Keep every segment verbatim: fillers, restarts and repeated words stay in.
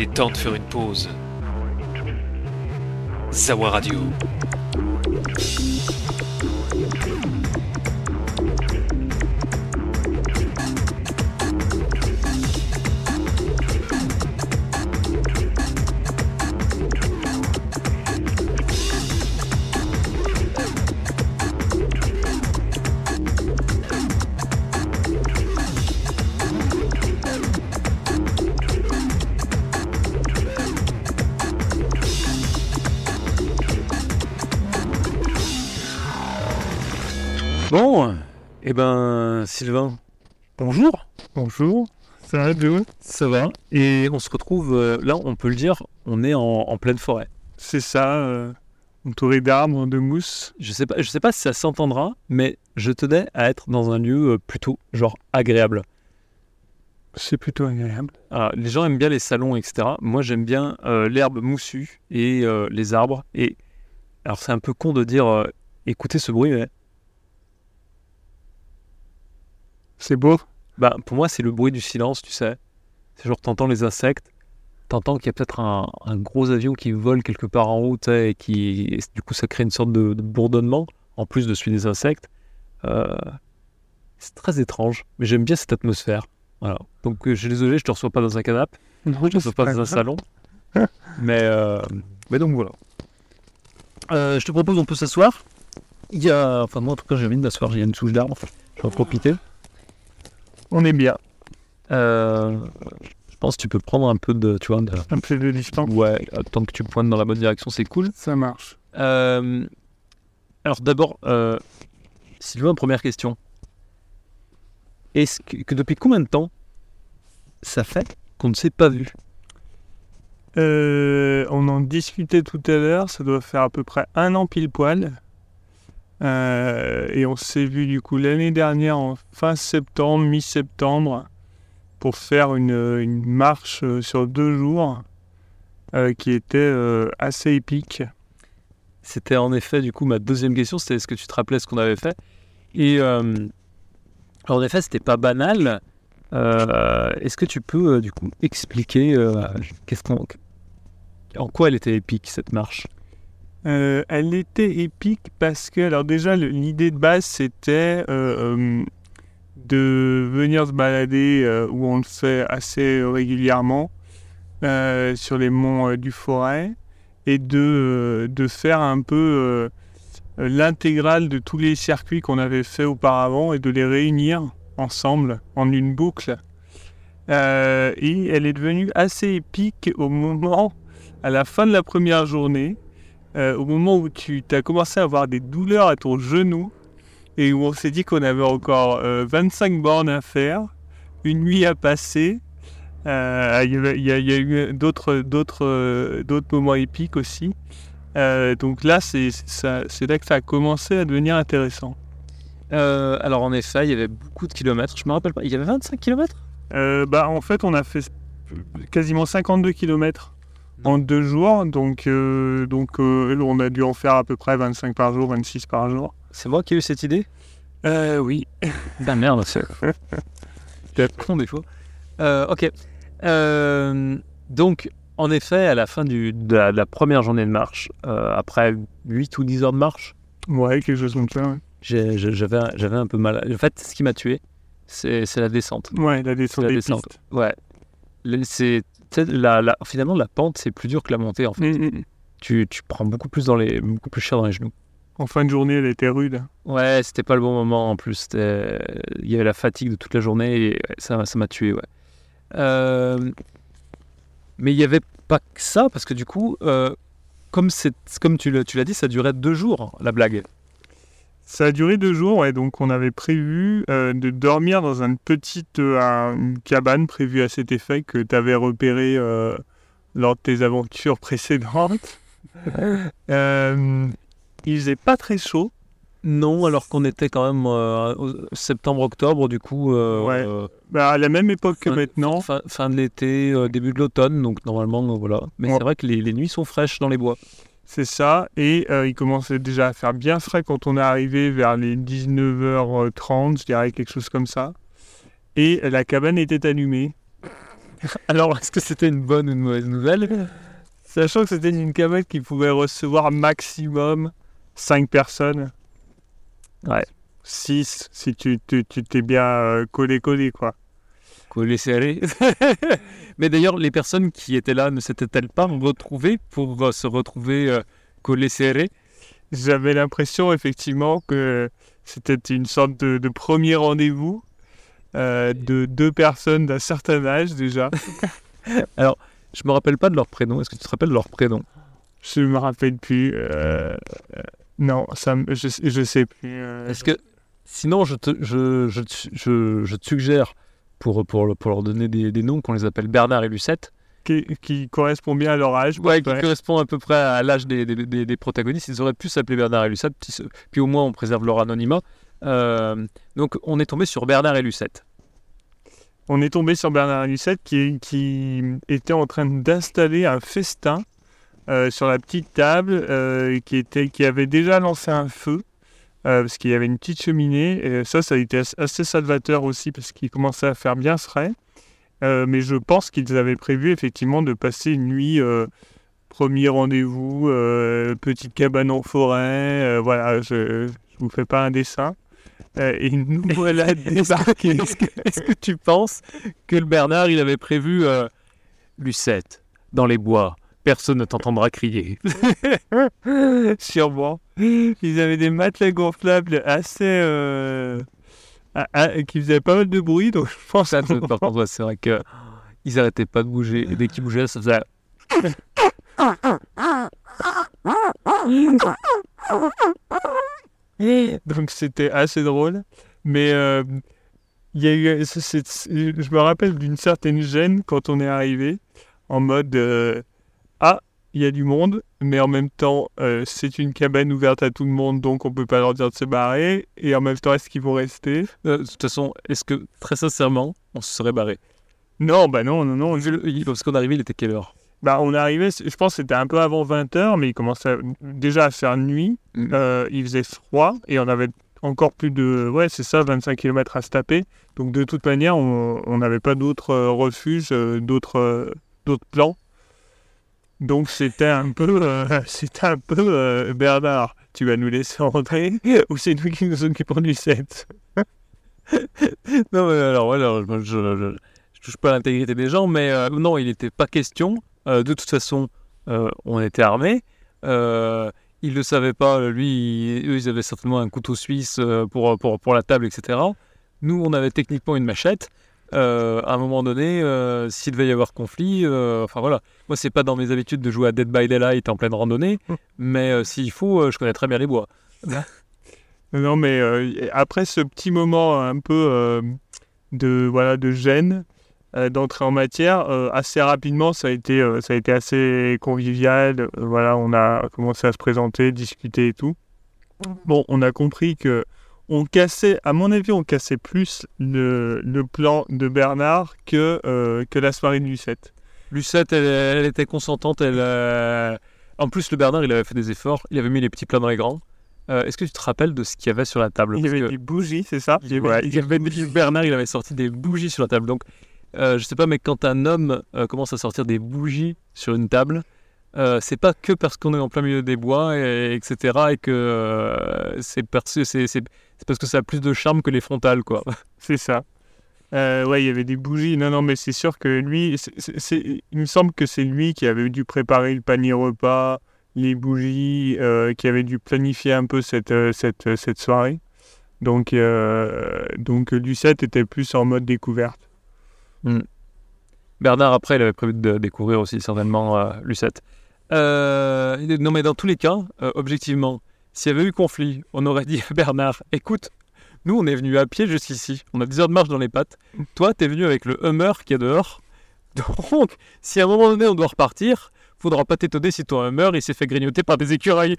Il est temps de faire une pause. Zawa Radio. Bon, eh ben, Sylvain, bonjour. Bonjour, ça va, Joe? Ça va. Et on se retrouve, euh, là, on peut le dire, on est en, en pleine forêt. C'est ça, euh, entouré d'arbres, de mousse. Je sais pas, je sais pas si ça s'entendra, mais je tenais à être dans un lieu euh, plutôt, genre, agréable. C'est plutôt agréable. Alors, les gens aiment bien les salons, et cetera. Moi, j'aime bien euh, l'herbe moussue et euh, les arbres. Et alors, c'est un peu con de dire, euh, écoutez ce bruit, mais... C'est beau. Bah, pour moi, c'est le bruit du silence, tu sais. C'est genre, t'entends les insectes, t'entends qu'il y a peut-être un, un gros avion qui vole quelque part en haut, tu sais, et qui, et du coup, ça crée une sorte de, de bourdonnement, en plus de celui des insectes. Euh, c'est très étrange, mais j'aime bien cette atmosphère. Voilà. Donc, euh, je suis désolé, je te reçois pas dans un canapé, Non, je te reçois pas dans un salon. mais, euh, mais donc, voilà. Euh, je te propose, on peut s'asseoir. Il y a... Enfin, moi, en tout cas, j'ai envie de m'asseoir, il y a une souche d'arbre. Je vais en profiter. On est bien. Euh, je pense que tu peux prendre un peu de, tu vois, de... Un peu de distance. Ouais, tant que tu pointes dans la bonne direction, c'est cool. Ça marche. Euh, alors d'abord, euh, Sylvain, première question. Est-ce que, que depuis combien de temps ça fait qu'on ne s'est pas vu? Euh, on en discutait tout à l'heure, ça doit faire à peu près un an pile poil. Euh, et on s'est vu du coup l'année dernière en fin septembre, mi-septembre, pour faire une, une marche sur deux jours euh, qui était euh, assez épique. C'était en effet du coup ma deuxième question, c'était est-ce que tu te rappelais ce qu'on avait fait? Et euh, alors en effet, c'était pas banal. Euh, est-ce que tu peux euh, du coup expliquer euh, qu'est-ce qu'on, en quoi elle était épique cette marche? Euh, elle était épique parce que, alors déjà, le, l'idée de base, c'était euh, euh, de venir se balader euh, où on le fait assez régulièrement, euh, sur les monts euh, du Forêt, et de, euh, de faire un peu euh, l'intégrale de tous les circuits qu'on avait fait auparavant et de les réunir ensemble en une boucle. Euh, et elle est devenue assez épique au moment, à la fin de la première journée, Euh, au moment où tu as commencé à avoir des douleurs à ton genou et où on s'est dit qu'on avait encore euh, vingt-cinq bornes à faire, une nuit à passer. Euh, Il y, avait- il y a, il y a eu d'autres, d'autres, euh, d'autres moments épiques aussi. Euh, donc là, c'est, c'est, ça, c'est là que ça a commencé à devenir intéressant. Euh, alors en effet, il y avait beaucoup de kilomètres. Je me rappelle pas. Il y avait vingt-cinq kilomètres? Euh, bah, en fait, on a fait quasiment cinquante-deux kilomètres en deux jours. Donc, euh, donc euh, on a dû en faire à peu près vingt-cinq par jour, vingt-six par jour. C'est moi qui ai eu cette idée? Euh, oui. Ben merde, c'est c'est con des fois. Euh, ok. Euh, donc, en effet, à la fin du, de, la, de la première journée de marche, euh, après huit ou dix heures de marche, Ouais, quelque chose comme ça. Ouais, j'ai, j'ai- j'avais, j'avais un peu mal. En fait, ce qui m'a tué, c'est, c'est la descente. ouais la C'est descente la des descente. pistes. Ouais. Le- c'est, tu sais, la, la, finalement, la pente, c'est plus dur que la montée, en fait. Mm, mm. Tu, tu prends beaucoup plus, dans les, beaucoup plus cher dans les genoux. En fin de journée, elle était rude. Ouais, c'était pas le bon moment en plus. C'était... Il y avait la fatigue de toute la journée et ouais, ça, ça m'a tué. Ouais. Euh, Mais il n'y avait pas que ça parce que du coup, euh, comme, c'est... comme tu, l'as, tu l'as dit, ça durait deux jours la blague. Ça a duré deux jours, ouais, donc on avait prévu euh, de dormir dans une petite euh, un- une cabane prévue à cet effet que tu avais repérée euh, lors de tes aventures précédentes. Euh, il faisait pas très chaud. Non, alors qu'on était quand même euh, au septembre-octobre, du coup. euh, Ouais. euh, Bah, à la même époque que fin, maintenant. fin, fin de l'été, euh, début de l'automne, donc normalement, euh, voilà. Mais Ouais. c'est vrai que les, les nuits sont fraîches dans les bois. C'est ça, et euh, il commençait déjà à faire bien frais quand on est arrivé vers les dix-neuf heures trente, je dirais quelque chose comme ça. Et la cabane était allumée. Alors, est-ce que c'était une bonne ou une mauvaise nouvelle? Sachant que c'était une cabane qui pouvait recevoir maximum cinq personnes. Ouais. six si tu, tu, tu t'es bien euh, collé-collé, quoi. Collé serré. Mais d'ailleurs, les personnes qui étaient là ne s'étaient-elles pas retrouvées pour euh, se retrouver euh, collé serré? J'avais l'impression, effectivement, que c'était une sorte de, de premier rendez-vous euh, de deux personnes d'un certain âge, déjà. Alors, je me rappelle pas de leur prénom. Est-ce que tu te rappelles de leur prénom? Je me rappelle plus. Euh, euh, non, ça, me- je, je sais plus. euh, Est-ce que, sinon, je te, je, je, te- je, je te suggère, pour, pour, pour leur donner des, des noms, qu'on les appelle Bernard et Lucette. qui, qui correspond bien à leur âge. Ouais, qui Ouais. correspond à peu près à l'âge des, des, des, des protagonistes. Ils auraient pu s'appeler Bernard et Lucette, puis, se- puis au moins on préserve leur anonymat. Euh, donc on est tombé sur Bernard et Lucette. On est tombé sur Bernard et Lucette qui, qui était en train d'installer un festin euh, sur la petite table euh, qui, était, qui avait déjà lancé un feu euh, parce qu'il y avait une petite cheminée. Et ça, ça a été as- assez salvateur aussi parce qu'il commençait à faire bien frais. Euh, mais je pense qu'ils avaient prévu effectivement de passer une nuit, euh, premier rendez-vous, euh, petite cabane en forêt. euh, voilà, je ne vous fais pas un dessin. Euh, et nous voilà débarqués. Est-ce que, est-ce que tu penses que le Bernard, il avait prévu euh, Lucette, dans les bois, personne ne t'entendra crier. Sûrement. Ils avaient des matelas gonflables assez. Euh, à- à- qui faisaient pas mal de bruit, donc je pense Ça, que. par contre, ouais, c'est vrai que ils arrêtaient pas de bouger. Et dès qu'ils bougeaient, ça faisait... Donc c'était assez drôle. Mais euh, il y a eu, c'est- c'est- c'est- je me rappelle d'une certaine gêne quand on est arrivé, en mode euh, ah, il y a du monde, mais en même temps, euh, c'est une cabane ouverte à tout le monde, donc on peut pas leur dire de se barrer. Et en même temps, est-ce qu'ils vont rester? Euh, de toute façon, est-ce que, très sincèrement, on se serait barré? Non, bah non, non, non. Vu le- il- Parce qu'on arrivait, il était quelle heure? Bah, on est arrivé, je pense que c'était un peu avant vingt heures, mais il commençait à- déjà à faire nuit. Mm. Euh, il faisait froid et on avait encore plus de, ouais, c'est ça, vingt-cinq kilomètres à se taper. Donc de toute manière, on on n'avait pas d'autres euh, refuges, euh, d'autres euh, d'autres plans. Donc c'était un peu, euh, c'était un peu euh, Bernard, tu vas nous laisser rentrer ou c'est nous qui nous occupons du set? Non, mais alors, voilà, je, je, je- je touche pas à l'intégrité des gens, mais euh, non, il n'était pas question. Euh, de toute façon, euh, on était armés. Euh, il le savait pas, lui, il- eux, ils avaient certainement un couteau suisse euh, pour, pour, pour la table, et cetera. Nous, on avait techniquement une machette. Euh, à un moment donné, euh, s'il devait y avoir conflit, euh, enfin voilà. Moi, c'est pas dans mes habitudes de jouer à Dead by Daylight en pleine randonnée, mais euh, s'il faut, euh, je connais très bien les bois. Non, mais euh, après ce petit moment un peu euh, de, voilà, de gêne, euh, d'entrée en matière, euh, assez rapidement, ça a été, euh, ça a été assez convivial. Euh, voilà, on a commencé à se présenter, discuter et tout. Bon, on a compris que on cassait, à mon avis, on cassait plus le, le plan de Bernard que, euh, que la soirée de Lucette. Lucette, elle, elle était consentante. Elle, euh, En plus, le Bernard, il avait fait des efforts. Il avait mis les petits plats dans les grands. Euh, Est-ce que tu te rappelles de ce qu'il y avait sur la table? Il y Parce avait que- des bougies, c'est ça? Il y avait- Ouais, il y avait des- Bernard, il avait sorti des bougies sur la table. Donc, euh, je sais pas, mais quand un homme euh, commence à sortir des bougies sur une table, euh, c'est pas que parce qu'on est en plein milieu des bois, et, etc., et que euh, c'est perçu- c'est c'est- c'est parce que ça a plus de charme que les frontales, quoi. C'est ça. Euh, ouais, il y avait des bougies. Non, non, mais c'est sûr que lui, c'est- c'est- c'est- il me semble que c'est lui qui avait dû préparer le panier repas, les bougies, euh, qui avait dû planifier un peu cette, euh, cette, euh, cette soirée. Donc, euh, donc Lucette était plus en mode découverte. Bernard, après, il avait prévu de découvrir aussi certainement euh, Lucette. Euh, non, mais dans tous les cas, euh, objectivement, s'il y avait eu conflit, on aurait dit à Bernard, écoute, nous, on est venu à pied jusqu'ici. On a dix heures de marche dans les pattes. Toi, t'es venu avec le Hummer qui est dehors. Donc, si à un moment donné, on doit repartir, faudra pas t'étonner si ton Hummer, il s'est fait grignoter par des écureuils.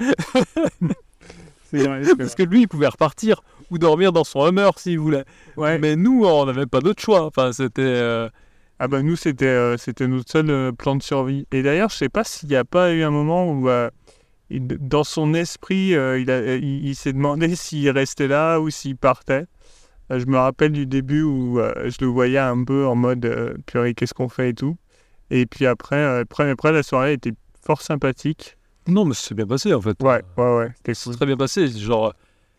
C'est vrai, Parce que lui, il pouvait repartir ou dormir dans son Hummer s'il voulait. ouais. Mais nous, on n'avait pas d'autre choix. Enfin, c'était... euh, Ah bah nous, c'était euh, c'était notre seul euh, plan de survie. Et d'ailleurs, je sais pas s'il n'y a pas eu un moment où, euh, il- dans son esprit, euh, il, a- il, il s'est demandé s'il restait là ou s'il partait. Euh, je me rappelle du début où euh, je le voyais un peu en mode euh, purée, qu'est-ce qu'on fait et tout. Et puis après, euh, après, après, la soirée était fort sympathique. Non, mais c'est bien passé en fait. Ouais, ouais, ouais. C'était C'est cool. très bien passé. Genre,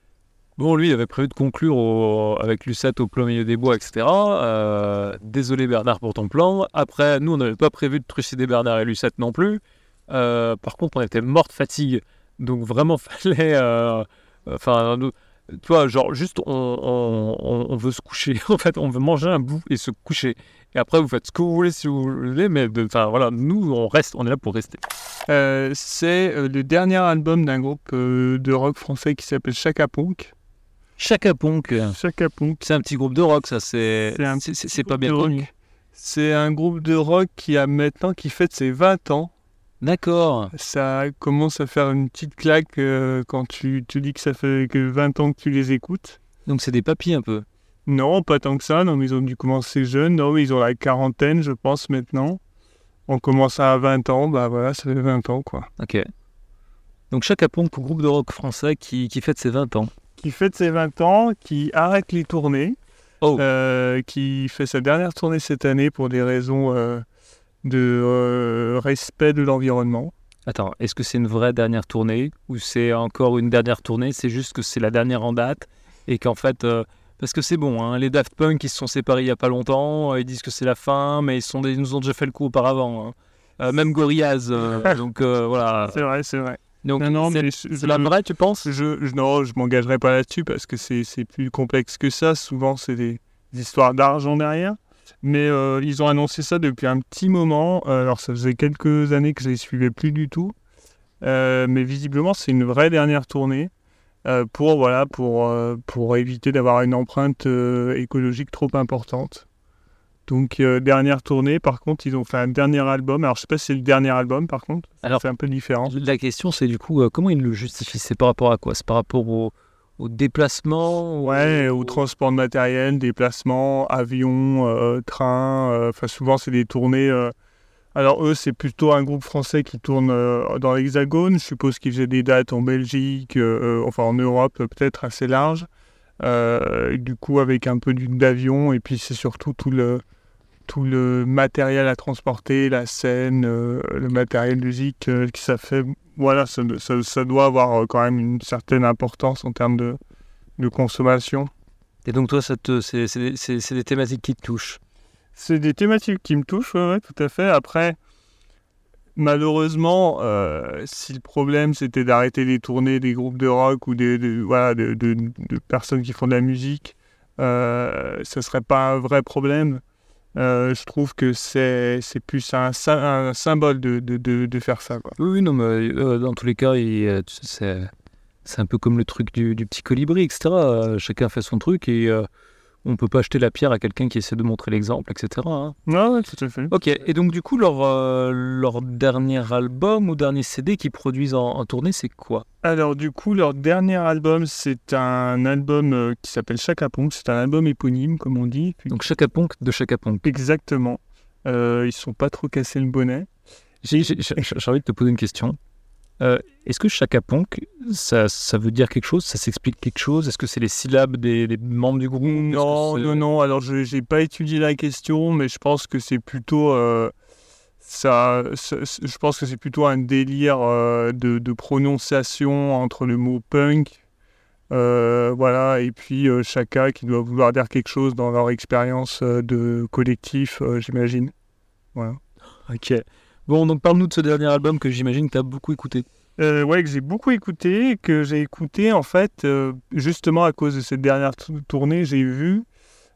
bon, lui, il avait prévu de conclure au- avec Lucette au plein milieu des bois, et cetera. Euh, désolé Bernard pour ton plan. Après, nous, on n'avait pas prévu de trucider Bernard et Lucette non plus. Euh, par contre, on était morts de fatigue. Donc vraiment, fallait... euh, Enfin, nous- tu vois, genre, juste, on, on, on- on veut se coucher. En fait, on veut manger un bout et se coucher. Et après, vous faites ce que vous voulez si vous voulez. Mais, de- enfin, voilà, nous, on reste, on est là pour rester. Euh, c'est euh, le dernier album d'un groupe euh, de rock français qui s'appelle Chaka Ponk. Chaka Ponk. Chaka Ponk. C'est un petit groupe de rock, ça. C'est C'est un c'est- c'est- petit c'est pas groupe bien de rock. connu. C'est un groupe de rock qui a maintenant qui fête ses vingt ans. D'accord. Ça commence à faire une petite claque euh, quand tu te dis que ça fait que vingt ans que tu les écoutes. Donc c'est des papis un peu. Non, pas tant que ça. Non, mais ils ont dû commencer jeunes. Non, mais ils ont la quarantaine, je pense, maintenant. On commence à vingt ans. Bah voilà, ça fait vingt ans, quoi. Ok. Donc Chaka Ponk, groupe de rock français qui, qui fête ses vingt ans. Qui fête ses vingt ans, qui arrête les tournées. Oh. euh, qui fait sa dernière tournée cette année pour des raisons euh, de euh, respect de l'environnement. Attends, est-ce que c'est une vraie dernière tournée ou c'est encore une dernière tournée? C'est juste que c'est la dernière en date et qu'en fait... euh, parce que c'est bon, hein, les Daft Punk, ils se sont séparés il n'y a pas longtemps, euh, ils disent que c'est la fin, mais ils, sont des- ils nous ont déjà fait le coup auparavant. hein. Euh, même Gorillaz, euh, donc euh, voilà. C'est vrai, c'est vrai. Donc Non, non, c'est mais je- c'est la je- vraie, tu penses? Je, je, non, je m'engagerai pas là-dessus parce que c'est, c'est plus complexe que ça. Souvent, c'est des, des histoires d'argent derrière. Mais euh, ils ont annoncé ça depuis un petit moment. Euh, alors, ça faisait quelques années que je les suivais plus du tout. Euh, mais visiblement, c'est une vraie dernière tournée euh, pour, voilà, pour, euh, pour éviter d'avoir une empreinte euh, écologique trop importante. Donc, euh, dernière tournée. Par contre, ils ont fait un dernier album. Alors, je sais pas si c'est le dernier album, par contre. Alors, c'est un peu différent. La question, c'est du coup, euh, comment ils le justifient? C'est par rapport à quoi? C'est par rapport au, au déplacement? Ouais, au... au transport de matériel, déplacements, avions, euh, trains. euh, Enfin, souvent, c'est des tournées. euh, Alors, eux, c'est plutôt un groupe français qui tourne euh, dans l'Hexagone. Je suppose qu'ils faisaient des dates en Belgique, euh, euh, enfin en Europe, euh, peut-être assez large. Euh, du coup, avec un peu du- d'avion. Et puis, c'est surtout tout le, tout le matériel à transporter, la scène, euh, le matériel musique, euh, que ça fait. Voilà, ça, ça, ça doit avoir euh, quand même une certaine importance en termes de, de consommation. Et donc toi, ça te, c'est, c'est, des- c'est, c'est des thématiques qui te touchent. C'est des thématiques qui me touchent, ouais, ouais, tout à fait. Après, malheureusement, euh, si le problème c'était d'arrêter les tournées des groupes de rock ou des, des- voilà, de, de- de personnes qui font de la musique, euh, ce serait pas un vrai problème. Euh, je trouve que c'est, c'est plus un, sy- un symbole de, de, de, de faire ça, quoi. Oui, oui, non, mais euh, dans tous les cas, il, euh, tu sais, c'est, c'est un peu comme le truc du, du petit colibri, et cetera. Euh, chacun fait son truc et euh, on peut pas jeter la pierre à quelqu'un qui essaie de montrer l'exemple, et cetera. hein. Ouais, ouais, tout à fait. Ok, et donc du coup, leur, euh, leur dernier album ou dernier C D qu'ils produisent en, en tournée, c'est quoi? Alors du coup, leur dernier album, c'est un album euh, qui s'appelle Chaka Ponk. C'est un album éponyme, comme on dit. Puis- Donc Chaka Ponk de Chaka Ponk. Exactement. Euh, ils sont pas trop cassés le bonnet. J'ai, j'ai, j'ai- j'ai envie de te poser une question. Euh, est-ce que Chaka Ponk, ça, ça veut dire quelque chose? Ça s'explique quelque chose? Est-ce que c'est les syllabes des, des membres du groupe? Est-ce Non, que c'est- non, non. Alors, je n'ai pas étudié la question, mais je pense que c'est plutôt euh, ça. ça- c'est- je pense que c'est plutôt un délire euh, de, de prononciation entre le mot punk, euh, voilà, et puis euh, Chaka qui doit vouloir dire quelque chose dans leur expérience euh, de collectif, euh, j'imagine. Voilà. Ok. Bon, donc parle-nous de ce dernier album que j'imagine que tu as beaucoup écouté. Euh, ouais, que j'ai beaucoup écouté, que j'ai écouté en fait, euh, justement à cause de cette dernière t- tournée, j'ai vu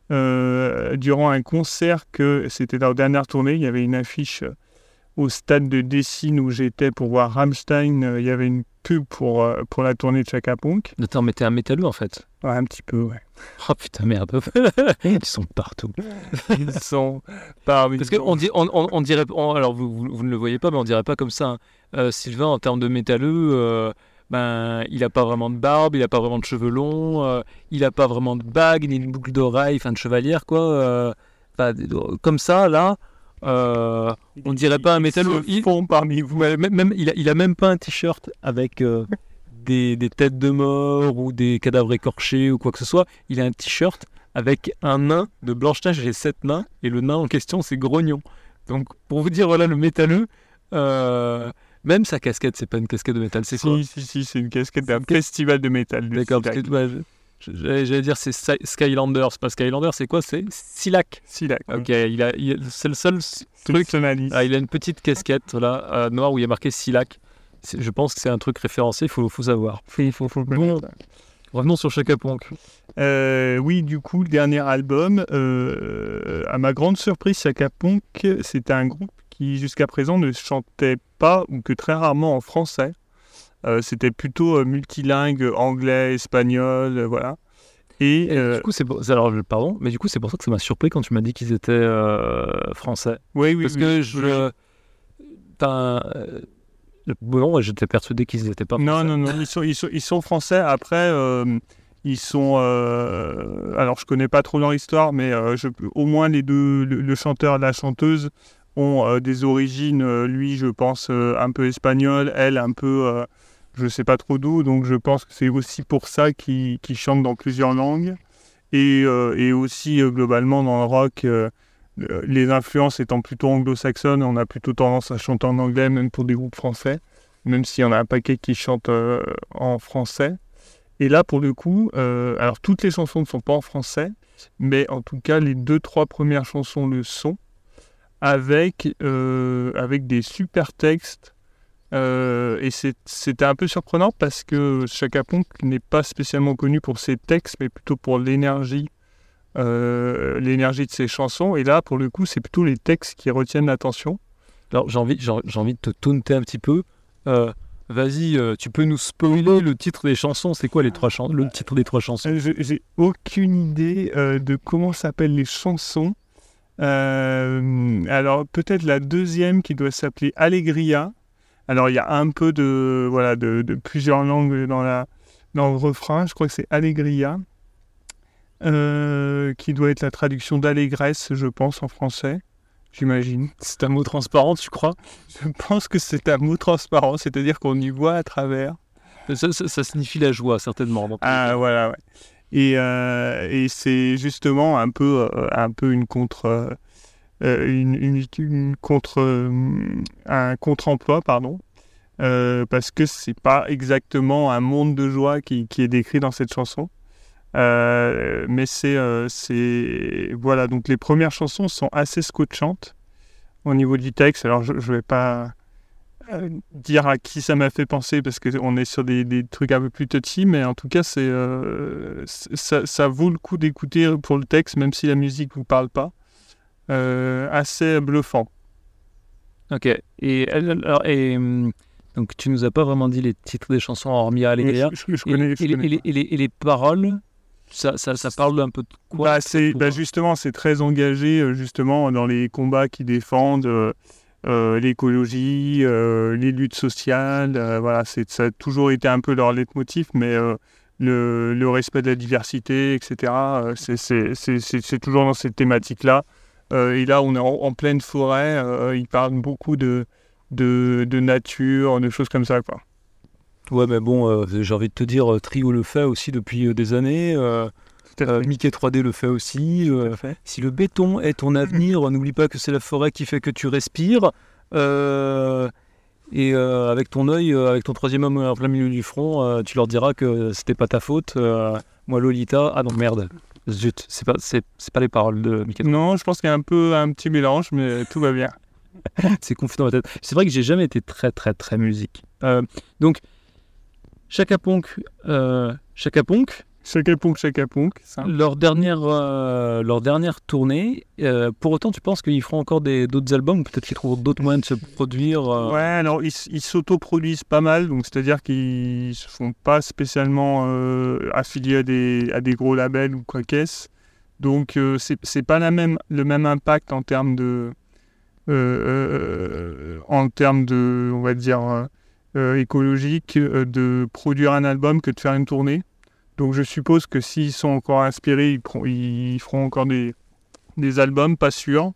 euh, durant un concert que c'était leur dernière tournée, il y avait une affiche euh, au stade de Dessine où j'étais pour voir Rammstein, euh, il y avait une pub pour, euh, pour la tournée de Chaka Ponk. Attends, mais t'es un métalleux en fait. Ouais, un petit peu, ouais. Oh putain, merde. Ils sont partout. Ils sont parmi Parce qu'on dit, on, on, on dirait, on- alors vous, vous, vous ne le voyez pas, mais on dirait pas comme ça. hein. Euh, Sylvain, en termes de métalleux, euh, ben, il a pas vraiment de barbe, il a pas vraiment de cheveux longs, euh, il a pas vraiment de bague, ni de boucle d'oreille, enfin de chevalière, quoi. euh, enfin, comme ça, là, euh, on dirait pas un métalleux. Ils Il, se font parmi vous. même, même- il, a, il a même pas un t-shirt avec euh, des, des têtes de mort ou des cadavres écorchés ou quoi que ce soit. Il a un t-shirt avec un nain de Blanche-Neige et les sept nains, et le nain en question, c'est Grognon. Donc, pour vous dire, voilà, le métalleux, euh, même sa casquette, c'est pas une casquette de métal, c'est quoi? Si, si, si, c'est une casquette d'un C'est une cas- festival de métal. de D'accord, parce Silac. que, ouais, je- j'allais j'allais dire c'est Sky- Skylander, c'est pas Skylander, c'est quoi? C'est Silac. Silac, ouais. Ok, il a, il- c'est le seul s- C'est le truc. Sonalis. Ah, il a une petite casquette là, euh, noire où il y a marqué Silac. C'est- Je pense que c'est un truc référencé, il faut, faut savoir. Il faut, faut le Bon. connaître. Revenons sur Chaka Ponk. Euh, oui, du coup, le dernier album, euh, à ma grande surprise, Chaka Ponk, c'était un groupe qui jusqu'à présent ne chantait pas ou que très rarement en français. Euh, c'était plutôt euh, multilingue, anglais, espagnol, euh, voilà. Et, Et euh, du coup, c'est pour... c'est- alors, je- pardon, mais du coup, c'est pour ça que ça m'a surpris quand tu m'as dit qu'ils étaient euh, français. oui, oui, Parce oui, que oui. je. T'as un- euh, Bon, j'étais persuadé qu'ils n'étaient pas Non, français. non, non, ils sont, ils sont, ils sont français. Après, euh, ils sont. euh, alors, je connais pas trop leur histoire, mais euh, je, au moins les deux, le, le chanteur et la chanteuse, ont euh, des origines. euh, lui, je pense, euh, un peu espagnol, elle, un peu. Euh, je sais pas trop d'où. Donc, je pense que c'est aussi pour ça qu'ils qu'ils chantent dans plusieurs langues. Et, euh, et aussi, euh, globalement, dans le rock. euh, euh, les influences étant plutôt anglo-saxonnes, on a plutôt tendance à chanter en anglais, même pour des groupes français, même s'il y en a un paquet qui chantent euh, en français. Et là, pour le coup, euh, alors toutes les chansons ne sont pas en français, mais en tout cas, les deux, trois premières chansons le sont, avec, euh, avec des super textes. Euh, et c'est, c'était un peu surprenant parce que Chaka Ponk n'est pas spécialement connu pour ses textes, mais plutôt pour l'énergie Euh, l'énergie de ses chansons, et là pour le coup c'est plutôt les textes qui retiennent l'attention. Alors, j'ai envie, j'ai, j'ai envie de te taunter un petit peu. Euh, vas-y, euh, tu peux nous spoiler le titre des chansons? C'est quoi les trois chan- le titre des trois chansons? Euh, j'ai, j'ai aucune idée euh, de comment s'appellent les chansons. Euh, alors peut-être la deuxième qui doit s'appeler Allegria. Alors il y a un peu de voilà de, de plusieurs langues dans la dans le refrain. Je crois que c'est Allegria. Euh, qui doit être la traduction d'allégresse, je pense, en français, j'imagine. C'est un mot transparent, tu crois? Je pense que c'est un mot transparent, c'est-à-dire qu'on y voit à travers. ça, ça, ça signifie la joie, certainement. dans tous les Ah, cas. voilà, ouais. Et, euh, et c'est justement un peu, euh, un peu une contre... euh, une, une, une contre... euh, un contre-emploi, pardon. Euh, parce que c'est pas exactement un monde de joie qui, qui est décrit dans cette chanson. Euh, mais c'est, euh, c'est voilà, donc les premières chansons sont assez scotchantes au niveau du texte. Alors je, je vais pas euh, dire à qui ça m'a fait penser parce que on est sur des, des trucs un peu plus touchy, mais en tout cas c'est, euh, c'est- ça, ça vaut le coup d'écouter pour le texte, même si la musique vous parle pas. Euh, assez bluffant. Ok. Et, elle- alors, et hum, donc, tu nous as pas vraiment dit les titres des chansons hormis Allegria. Je, je- je Et, connais, et je les- connais et les, pas. et les- et les paroles, ça, ça, ça parle un peu de quoi? Bah, c'est, pour- bah, justement, c'est très engagé euh, justement dans les combats qui défendent euh, euh, l'écologie, euh, les luttes sociales. euh, voilà, c'est, ça a toujours été un peu leur leitmotiv, mais euh, le, le respect de la diversité, et cetera euh, c'est, c'est, c'est, c'est, c'est toujours dans cette thématique-là. Euh, et là, on est en, en pleine forêt. Euh, ils parlent beaucoup de, de, de nature, de choses comme ça, quoi. Ouais, mais bon, euh, j'ai envie de te dire, euh, Trio le fait aussi depuis euh, des années. euh, Tout à euh, fait. Mickey trois D le fait aussi. euh, Tout à fait. Si le béton est ton avenir, n'oublie pas que c'est la forêt qui fait que tu respires. Euh, et euh, avec ton œil, euh, avec ton troisième homme en plein milieu du front, euh, tu leur diras que c'était pas ta faute. euh, moi, Lolita. Ah non, merde. Zut, c'est pas, c'est, c'est pas les paroles de Mickey. Non, je pense qu'il y a un peu un petit mélange, mais tout va bien. C'est confus dans ma tête. C'est vrai que j'ai jamais été très, très, très musique. Euh, donc, Chaka Ponk, euh, Chaka Ponk, Chaka Ponk, Chaka Ponk, ça. leur dernière, euh, leur dernière tournée. euh, pour autant, tu penses qu'ils feront encore des, d'autres albums? Peut-être qu'ils trouveront d'autres moyens de se produire. euh, Ouais, alors ils, s- ils s'autoproduisent pas mal, donc c'est-à-dire qu'ils ne sont pas spécialement euh, affiliés à des, à des gros labels ou quoi qu'est-ce. Donc euh, c'est c'est pas la même, le même impact en termes de, euh, euh, en termes de, on va dire, euh, euh, écologique, euh, de produire un album que de faire une tournée. Donc je suppose que s'ils sont encore inspirés, ils, pr- ils feront encore des, des albums, pas sûr.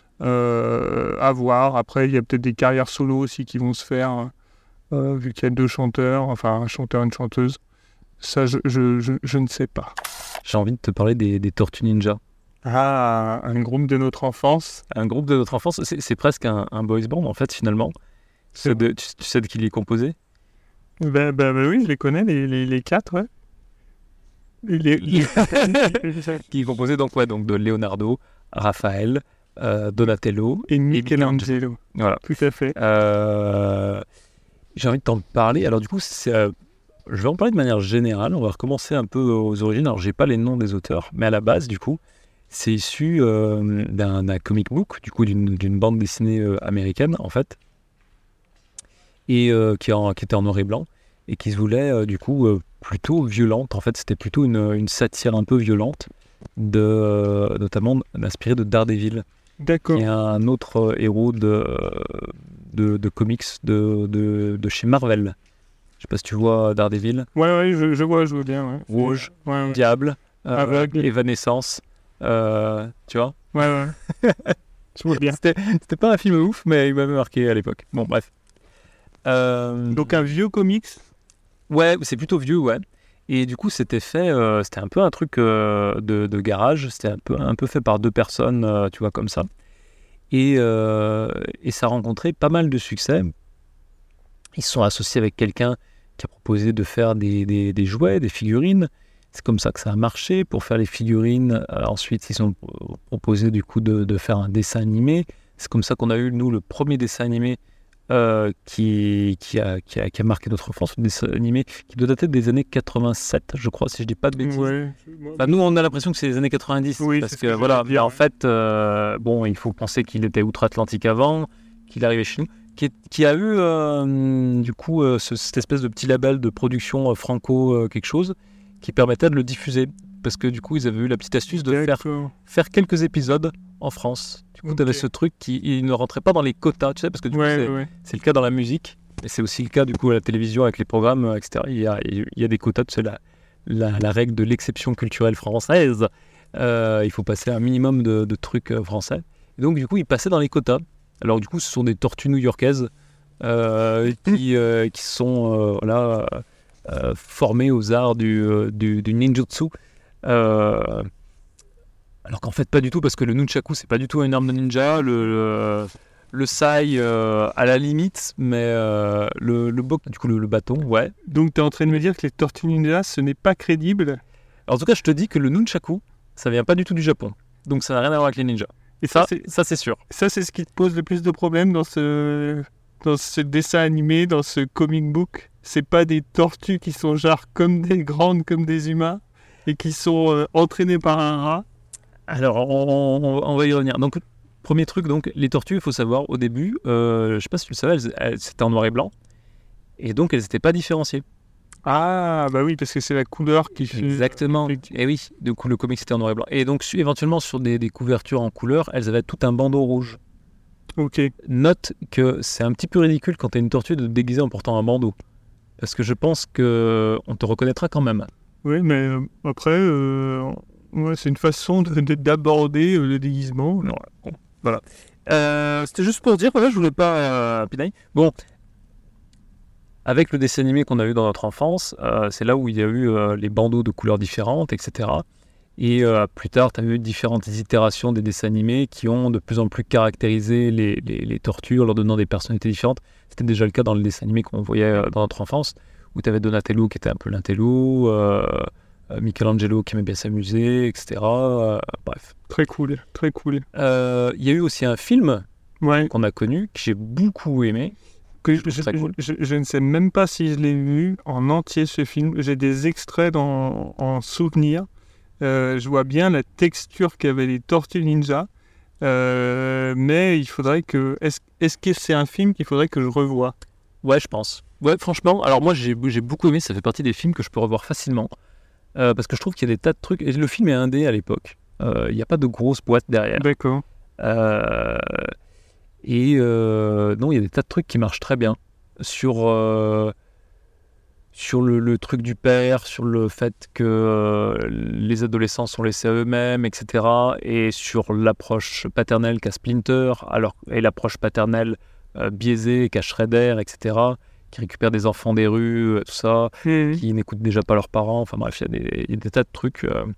Euh, à voir. Après, il y a peut-être des carrières solo aussi qui vont se faire, euh, vu qu'il y a deux chanteurs, enfin un chanteur et une chanteuse. Ça, je, je, je, je ne sais pas. j'ai envie de te parler des, des Tortues Ninja. Ah, un groupe de notre enfance. Un groupe de notre enfance, c'est, c'est presque un, un boys band en fait finalement. C'est de, tu, tu sais de qui il est composé? Ben, ben, ben oui, je les connais, les, les, les quatre, ouais. Les, les... Qui est composé donc, ouais, donc de Leonardo, Raphaël, euh, Donatello et Michelangelo. Voilà. Tout à fait. Euh, j'ai envie de t'en parler. Alors du coup, c'est, euh, je vais en parler de manière générale. On va recommencer un peu aux origines. Alors j'ai pas les noms des auteurs, mais à la base, du coup, c'est issu euh, d'un, d'un comic book, du coup d'une, d'une bande dessinée euh, américaine en fait, et euh, qui, en, qui était en noir et blanc et qui se voulait euh, du coup euh, plutôt violente. En fait, c'était plutôt une, une satire un peu violente, de, euh, notamment inspirée de Daredevil. D'accord. Il y a un autre euh, héros de, de, de comics de, de, de chez Marvel. Je sais pas si tu vois Daredevil. Ouais, ouais, je, je vois, je vois bien. Ouais. Rouge, ouais, ouais. Diable, euh, Aveugle, Évanescence. Euh, tu vois. Ouais, ouais. Je vois bien. C'était, c'était pas un film ouf, mais il m'avait marqué à l'époque. Bon, bref. Euh, Donc un vieux comics. Ouais, c'est plutôt vieux, ouais. Et du coup, c'était fait, euh, c'était un peu un truc euh, de, de garage. C'était un peu, un peu fait par deux personnes, euh, tu vois, comme ça. Et, euh, et ça a rencontré pas mal de succès. Ils se sont associés avec quelqu'un qui a proposé de faire des, des, des jouets, des figurines. C'est comme ça que ça a marché. Pour faire les figurines, euh, ensuite, ils ont proposé du coup de, de faire un dessin animé. C'est comme ça qu'on a eu, nous, le premier dessin animé Euh, qui, qui, a, qui, a, qui a marqué notre enfance, un dessin animé qui doit dater des années quatre-vingt-sept, je crois, si je dis pas de bêtises. Ouais. Bah, nous, on a l'impression que c'est les années quatre-vingt-dix, Oui, parce c'est ce que, que voilà, j'allais dire, bah, en ouais. fait, euh, bon, il faut penser qu'il était outre-Atlantique avant, qu'il arrivait chez nous, qui, est, qui a eu, euh, du coup, euh, ce, cette espèce de petit label de production euh, franco euh, quelque chose, qui permettait de le diffuser, parce que, du coup, ils avaient eu la petite astuce de faire, faire quelques épisodes en France. Du coup, okay. Tu avais ce truc qui il ne rentrait pas dans les quotas, tu sais, parce que du ouais, coup, c'est, ouais. c'est le cas dans la musique, et c'est aussi le cas, du coup, à la télévision, avec les programmes, et cetera. Il y a, il y a des quotas, tu sais, la, la, la règle de l'exception culturelle française. Euh, il faut passer un minimum de, de trucs euh, français. Et donc, du coup, ils passaient dans les quotas. Alors, du coup, ce sont des tortues new-yorkaises euh, qui, euh, qui sont euh, voilà, euh, formées aux arts du, euh, du, du ninjutsu. Euh, alors qu'en fait, pas du tout, parce que le nunchaku, c'est pas du tout une arme de ninja. Le, le, le sai, euh, à la limite, mais euh, le, le bok, du coup, le, le bâton, ouais. Donc, tu es en train de me dire que les tortues ninja, ce n'est pas crédible? Alors, en tout cas, je te dis que le nunchaku, ça vient pas du tout du Japon. Donc, ça n'a rien à voir avec les ninjas. Et ça, ça, c'est, ça, c'est sûr. Ça, c'est ce qui te pose le plus de problèmes dans ce, dans ce dessin animé, dans ce comic book. C'est pas des tortues qui sont genre comme des grandes, comme des humains, et qui sont euh, entraînées par un rat. Alors, on, on, on va y revenir. Donc, premier truc, donc, les tortues, il faut savoir, au début, euh, je sais pas si tu le savais, elles, elles, c'était en noir et blanc. Et donc, elles n'étaient pas différenciées. Ah, bah oui, parce que c'est la couleur qui fait... Exactement. Et oui, du coup, le comic, c'était en noir et blanc. Et donc, éventuellement, sur des, des couvertures en couleur, elles avaient tout un bandeau rouge. Ok. Note que c'est un petit peu ridicule quand tu as une tortue de te déguiser en portant un bandeau. Parce que je pense qu'on te reconnaîtra quand même. Oui, mais euh, après, euh, ouais, c'est une façon de, de, d'aborder euh, le déguisement. Non, bon, voilà. Euh, c'était juste pour dire, voilà, je voulais pas euh, pinaille. Bon, avec le dessin animé qu'on a eu dans notre enfance, euh, c'est là où il y a eu euh, les bandeaux de couleurs différentes, et cetera. Et euh, plus tard, tu as eu différentes itérations des dessins animés qui ont de plus en plus caractérisé les, les, les tortues en leur donnant des personnalités différentes. C'était déjà le cas dans le dessin animé qu'on voyait euh, dans notre enfance, où tu avais Donatello qui était un peu l'intello, euh, Michelangelo qui aimait bien s'amuser, et cetera. Euh, bref. Très cool, très cool. Il euh, y a eu aussi un film ouais. qu'on a connu, que j'ai beaucoup aimé. Que je, je, cool. je, je ne sais même pas si je l'ai vu en entier, ce film. J'ai des extraits dans, en souvenir. Euh, je vois bien la texture qu'avaient les Tortues Ninja. Euh, mais il faudrait que... Est-ce, est-ce que c'est un film qu'il faudrait que je revoie? Ouais, je pense. Ouais, franchement, alors moi j'ai, j'ai beaucoup aimé, ça fait partie des films que je peux revoir facilement. Euh, parce que je trouve qu'il y a des tas de trucs... Et le film est indé à l'époque. Il euh, n'y a pas de grosse boîte derrière. D'accord. Euh... Et euh, non, il y a des tas de trucs qui marchent très bien sur, euh, sur le, le truc du père, sur le fait que euh, les adolescents sont laissés à eux-mêmes, et cetera. Et sur l'approche paternelle qu'a Splinter, alors, et l'approche paternelle euh, biaisée qu'a Shredder, et cetera. Qui récupère des enfants des rues, tout ça, mmh. qui n'écoutent déjà pas leurs parents. Enfin bref, il y, y a des tas de trucs. Euh,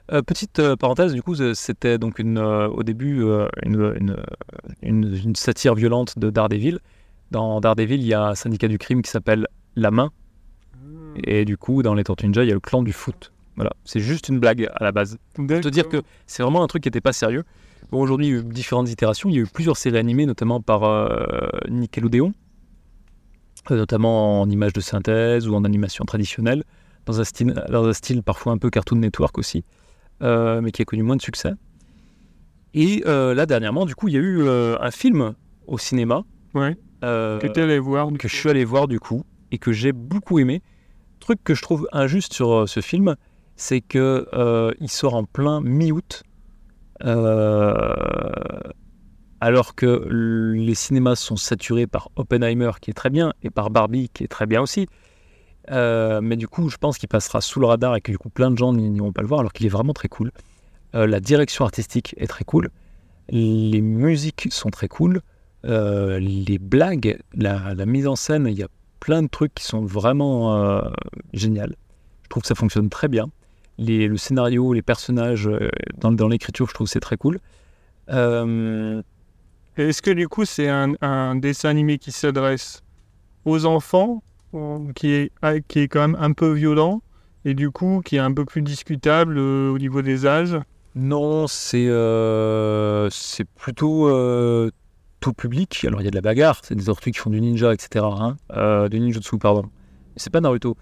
Euh, petite euh, parenthèse, du coup, c'est- c'était donc une, euh, au début euh, une, une, une, une satire violente de Daredevil. Dans Daredevil, il y a un syndicat du crime qui s'appelle La Main. Et du coup, dans les Tortues Ninja, il y a le clan du foot. Voilà, c'est juste une blague à la base. Pour te dire que c'est vraiment un truc qui n'était pas sérieux. Bon, aujourd'hui, il y a eu différentes itérations. Il y a eu plusieurs séries animées, notamment par euh, Nickelodeon, euh, notamment en images de synthèse ou en animation traditionnelle, dans un style, dans un style parfois un peu Cartoon Network aussi, euh, mais qui a connu moins de succès. Et euh, là, dernièrement, du coup, il y a eu euh, un film au cinéma Ouais. euh, Que tu allé voir. que je suis allé voir du coup et que j'ai beaucoup aimé. Truc que je trouve injuste sur euh, ce film, c'est que euh, il sort en plein mi-août, euh, alors que l- les cinémas sont saturés par Oppenheimer qui est très bien et par Barbie qui est très bien aussi. Euh, mais du coup, je pense qu'il passera sous le radar et que du coup, plein de gens n'y- n'iront pas le voir, alors qu'il est vraiment très cool. Euh, la direction artistique est très cool. Les musiques sont très cool. Euh, les blagues, la, la mise en scène, il y a plein de trucs qui sont vraiment euh, géniaux. Je trouve que ça fonctionne très bien. Les, le scénario, les personnages, euh, dans, dans l'écriture, je trouve que c'est très cool. Euh, Et Est-ce que du coup c'est un, un dessin animé qui s'adresse aux enfants, ou qui est, ah, qui est quand même un peu violent et du coup qui est un peu plus discutable euh, au niveau des âges? non, c'est euh, c'est plutôt euh, tout public. Alors, il y a de la bagarre, c'est des tortues qui font du ninja, et cetera. Hein, euh, du ninjutsu, pardon. Mais c'est pas Naruto.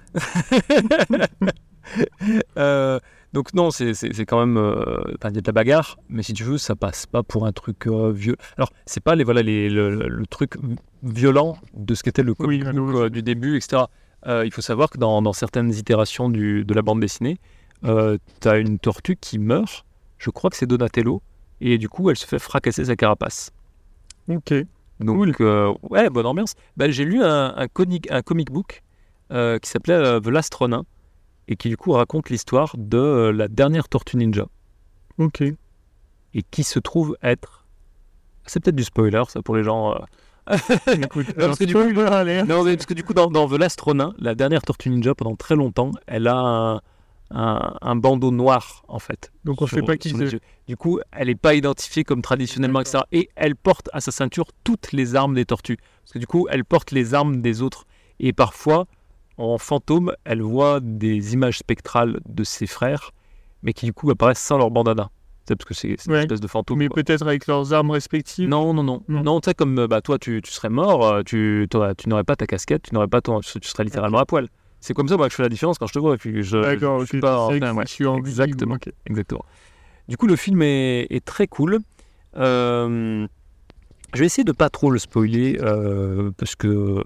Euh, donc non, c'est, c'est, c'est quand même... euh, Enfin, il y a de la bagarre, mais si tu veux, ça passe pas pour un truc euh, vieux. Alors, c'est pas les, voilà, les, le, le truc violent de ce qu'était le comic Oui, book oui. euh, du début, et cetera. Euh, il faut savoir que dans, dans certaines itérations du, de la bande dessinée, euh, t'as une tortue qui meurt, je crois que c'est Donatello, et du coup, elle se fait fracasser sa carapace. Ok. Donc, Cool. euh, ouais, bonne ambiance. Bah, j'ai lu un, un, comic, un comic book euh, qui s'appelait euh, The Last Ronin, et qui du coup raconte l'histoire de euh, la dernière tortue ninja, Ok. et qui se trouve être... C'est peut-être du spoiler, ça, pour les gens... euh, Écoute, Non, parce que du coup- spoiler alert. Non, mais parce que du coup, dans, dans The Last Ronin, la dernière tortue ninja, pendant très longtemps, elle a un, un, un bandeau noir, en fait. Donc on sur- sait pas qui sur les c'est. yeux. Du coup, elle n'est pas identifiée comme traditionnellement, et cetera. Et elle porte à sa ceinture toutes les armes des tortues. Parce que du coup, elle porte les armes des autres. Et parfois, en fantôme, elle voit des images spectrales de ses frères, mais qui du coup apparaissent sans leur bandana. C'est parce que c'est, c'est Ouais. une espèce de fantôme. Mais quoi. peut-être avec leurs armes respectives. Non, non, non. Non. Non, tu sais, comme euh, bah, toi, tu, tu serais mort, euh, tu, t'aurais- tu n'aurais pas ta casquette, tu n'aurais pas ton, tu serais littéralement à poil. C'est comme ça, moi, que je fais la différence quand je te vois. Et puis je, D'accord, je, je suis ok, pas en c'est train, que ouais. je suis en Exactement. ok. Exactement. Du coup, le film est, est très cool. Euh, je vais essayer de pas trop le spoiler euh, parce que euh,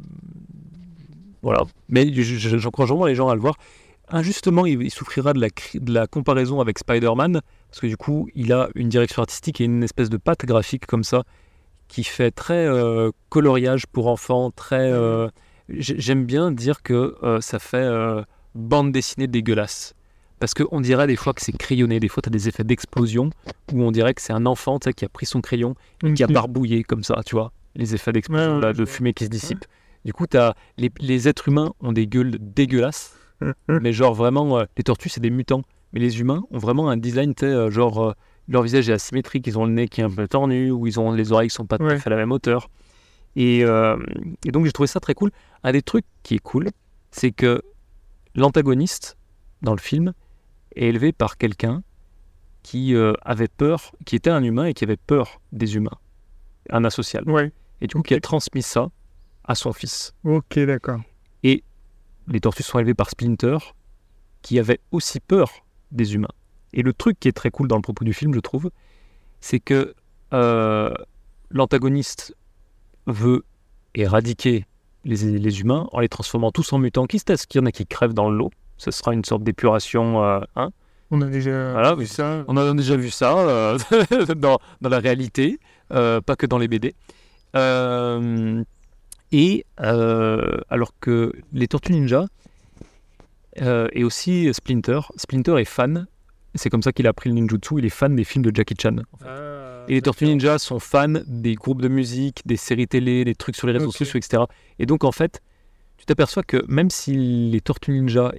voilà. Mais je- je- j'encourage vraiment les gens à le voir. Injustement, il, il souffrira de la, cri- de la comparaison avec Spider-Man parce que du coup, il a une direction artistique et une espèce de patte graphique comme ça qui fait très euh, coloriage pour enfants. Très. euh, j'ai- j'aime bien dire que euh, ça fait euh, bande dessinée dégueulasse. Parce qu'on dirait des fois que c'est crayonné, des fois tu as des effets d'explosion où on dirait que c'est un enfant tu sais, qui a pris son crayon et qui a Ok. barbouillé comme ça, tu vois, les effets d'explosion, Ouais, ouais, là, je de vois. fumée qui se dissipe. Du coup, t'as les, les êtres humains ont des gueules dégueulasses, mais genre vraiment, euh, les tortues c'est des mutants, mais les humains ont vraiment un design, tu sais, euh, genre euh, leur visage est asymétrique, ils ont le nez qui est un peu tordu, ou ils ont les oreilles qui sont pas tout à Ouais. fait à la même hauteur. Et, euh, et donc j'ai trouvé ça très cool. Un des trucs qui est cool, c'est que l'antagoniste dans le film est élevé par quelqu'un qui euh, avait peur, qui était un humain et qui avait peur des humains, un asocial. Ouais. Et du coup, qui a transmis ça à son fils. Ok, d'accord. Les tortues sont élevées par Splinter, qui avait aussi peur des humains. Et le truc qui est très cool dans le propos du film, je trouve, c'est que euh, l'antagoniste veut éradiquer les, les humains en les transformant tous en mutants. Qui est-ce qu'il y en a qui crèvent dans le lot? Ce sera une sorte d'épuration, euh, hein. On a déjà Voilà, vu mais- ça. On a déjà vu ça euh, dans, dans la réalité, euh, pas que dans les B D. Euh, et euh, alors que les Tortues Ninja euh, et aussi Splinter, Splinter est fan, c'est comme ça qu'il a appris le ninjutsu, il est fan des films de Jackie Chan. en fait. Ah, Et les Tortues d'accord. Ninja sont fans des groupes de musique, des séries télé, des trucs sur les réseaux Ok. sociaux, et cetera. Et donc en fait, tu t'aperçois que même si les Tortues Ninja et,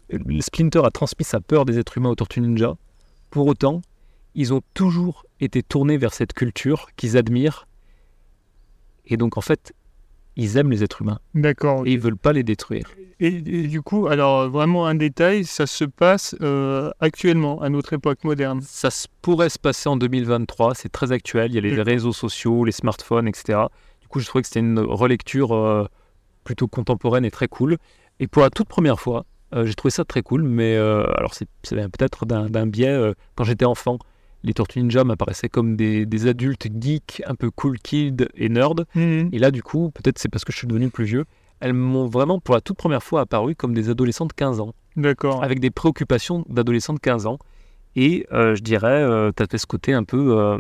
Splinter a transmis sa peur des êtres humains aux Tortues Ninja. Pour autant, ils ont toujours été tournés vers cette culture qu'ils admirent. Et donc, en fait, ils aiment les êtres humains. D'accord. Et ils veulent pas les détruire. Et, et du coup, alors vraiment un détail, ça se passe euh, actuellement, à notre époque moderne. Ça se pourrait se passer en deux mille vingt-trois, c'est très actuel, il y a les D'accord. réseaux sociaux, les smartphones, et cetera. Du coup, je trouvais que c'était une relecture euh, plutôt contemporaine et très cool. Et pour la toute première fois, euh, j'ai trouvé ça très cool, mais euh, alors c'est, c'est peut-être d'un, d'un biais, euh, quand j'étais enfant, les Tortues Ninja m'apparaissaient comme des, des adultes geeks, un peu cool kids et nerds. Mmh. Et là, du coup, peut-être c'est parce que je suis devenu plus vieux, elles m'ont vraiment, pour la toute première fois, apparu comme des adolescents de quinze ans, D'accord. avec des préoccupations d'adolescents de quinze ans. Et euh, je dirais, euh, tu as ce côté un peu... euh,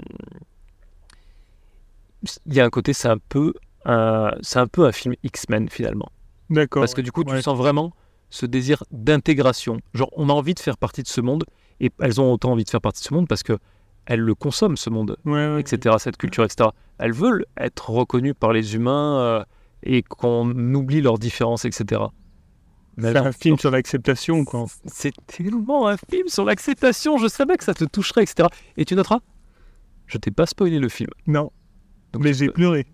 Il y a un côté, c'est un peu un, c'est un peu un film X-Men, finalement. D'accord. Parce que du coup, tu Ouais. sens vraiment ce désir d'intégration. Genre, on a envie de faire partie de ce monde, et elles ont autant envie de faire partie de ce monde parce que elles le consomment, ce monde, Ouais, ouais. et cetera, cette culture, et cetera. Elles veulent être reconnues par les humains euh, et qu'on oublie leurs différences, et cetera. Mais C'est elles ont- un film sur l'acceptation, quoi. C'est tellement un film sur l'acceptation, je savais que ça te toucherait, et cetera. Et tu noteras, je t'ai pas spoilé le film. Non, Donc mais tu j'ai peux- pleuré.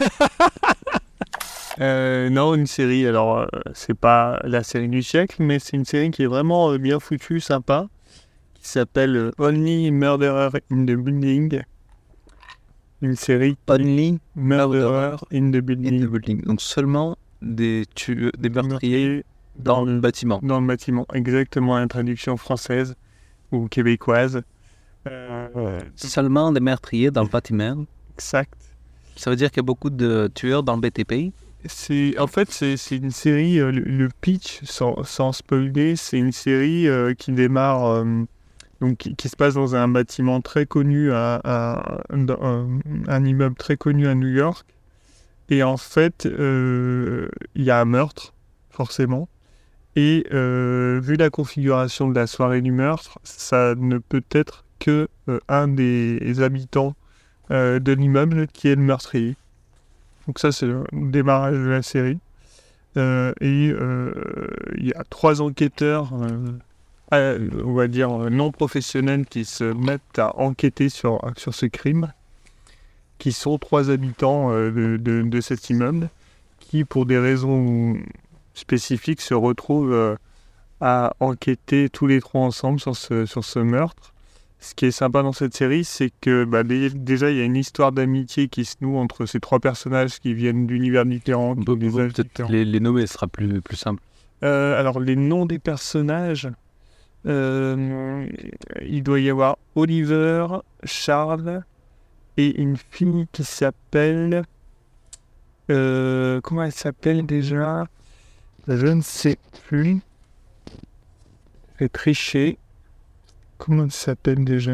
Euh, non, une série, alors euh, c'est pas la série du siècle, mais c'est une série qui est vraiment euh, bien foutue, sympa, qui s'appelle euh, Only Murderer in the Building. Une série Only Murderer in the in the Building. building. Donc seulement des, tueux, des meurtriers dans, dans le bâtiment. dans le bâtiment, exactement la traduction française ou québécoise. Euh, Seulement des meurtriers dans le bâtiment. exact. Ça veut dire qu'il y a beaucoup de tueurs dans le B T P. C'est, en fait, c'est, c'est une série, euh, le, le pitch, sans, sans spoiler, c'est une série euh, qui démarre, euh, donc qui, qui se passe dans un bâtiment très connu, à, à- dans un, un immeuble très connu à New York. Et en fait, euh, il y a un meurtre, forcément. Et euh, vu la configuration de la soirée du meurtre, ça ne peut être que euh, un des habitants euh, de l'immeuble qui est le meurtrier. Donc ça, c'est le démarrage de la série. Euh, et euh, il y a trois enquêteurs, euh, euh, on va dire euh, non professionnels, qui se mettent à enquêter sur, sur ce crime, qui sont trois habitants euh, de, de, de cet immeuble, qui, pour des raisons spécifiques, se retrouvent euh, à enquêter tous les trois ensemble sur ce, sur ce meurtre. Ce qui est sympa dans cette série, c'est que bah, dé- déjà, il y a une histoire d'amitié qui se noue entre ces trois personnages qui viennent d'univers différents, On qui peut ont des âges peut-être différents. les, les nommer, ce sera plus, plus simple. Euh, alors, les noms des personnages, euh, il doit y avoir Oliver, Charles et une fille qui s'appelle... euh, comment elle s'appelle déjà? Je ne sais plus. J'ai triché. Comment elle s'appelle déjà?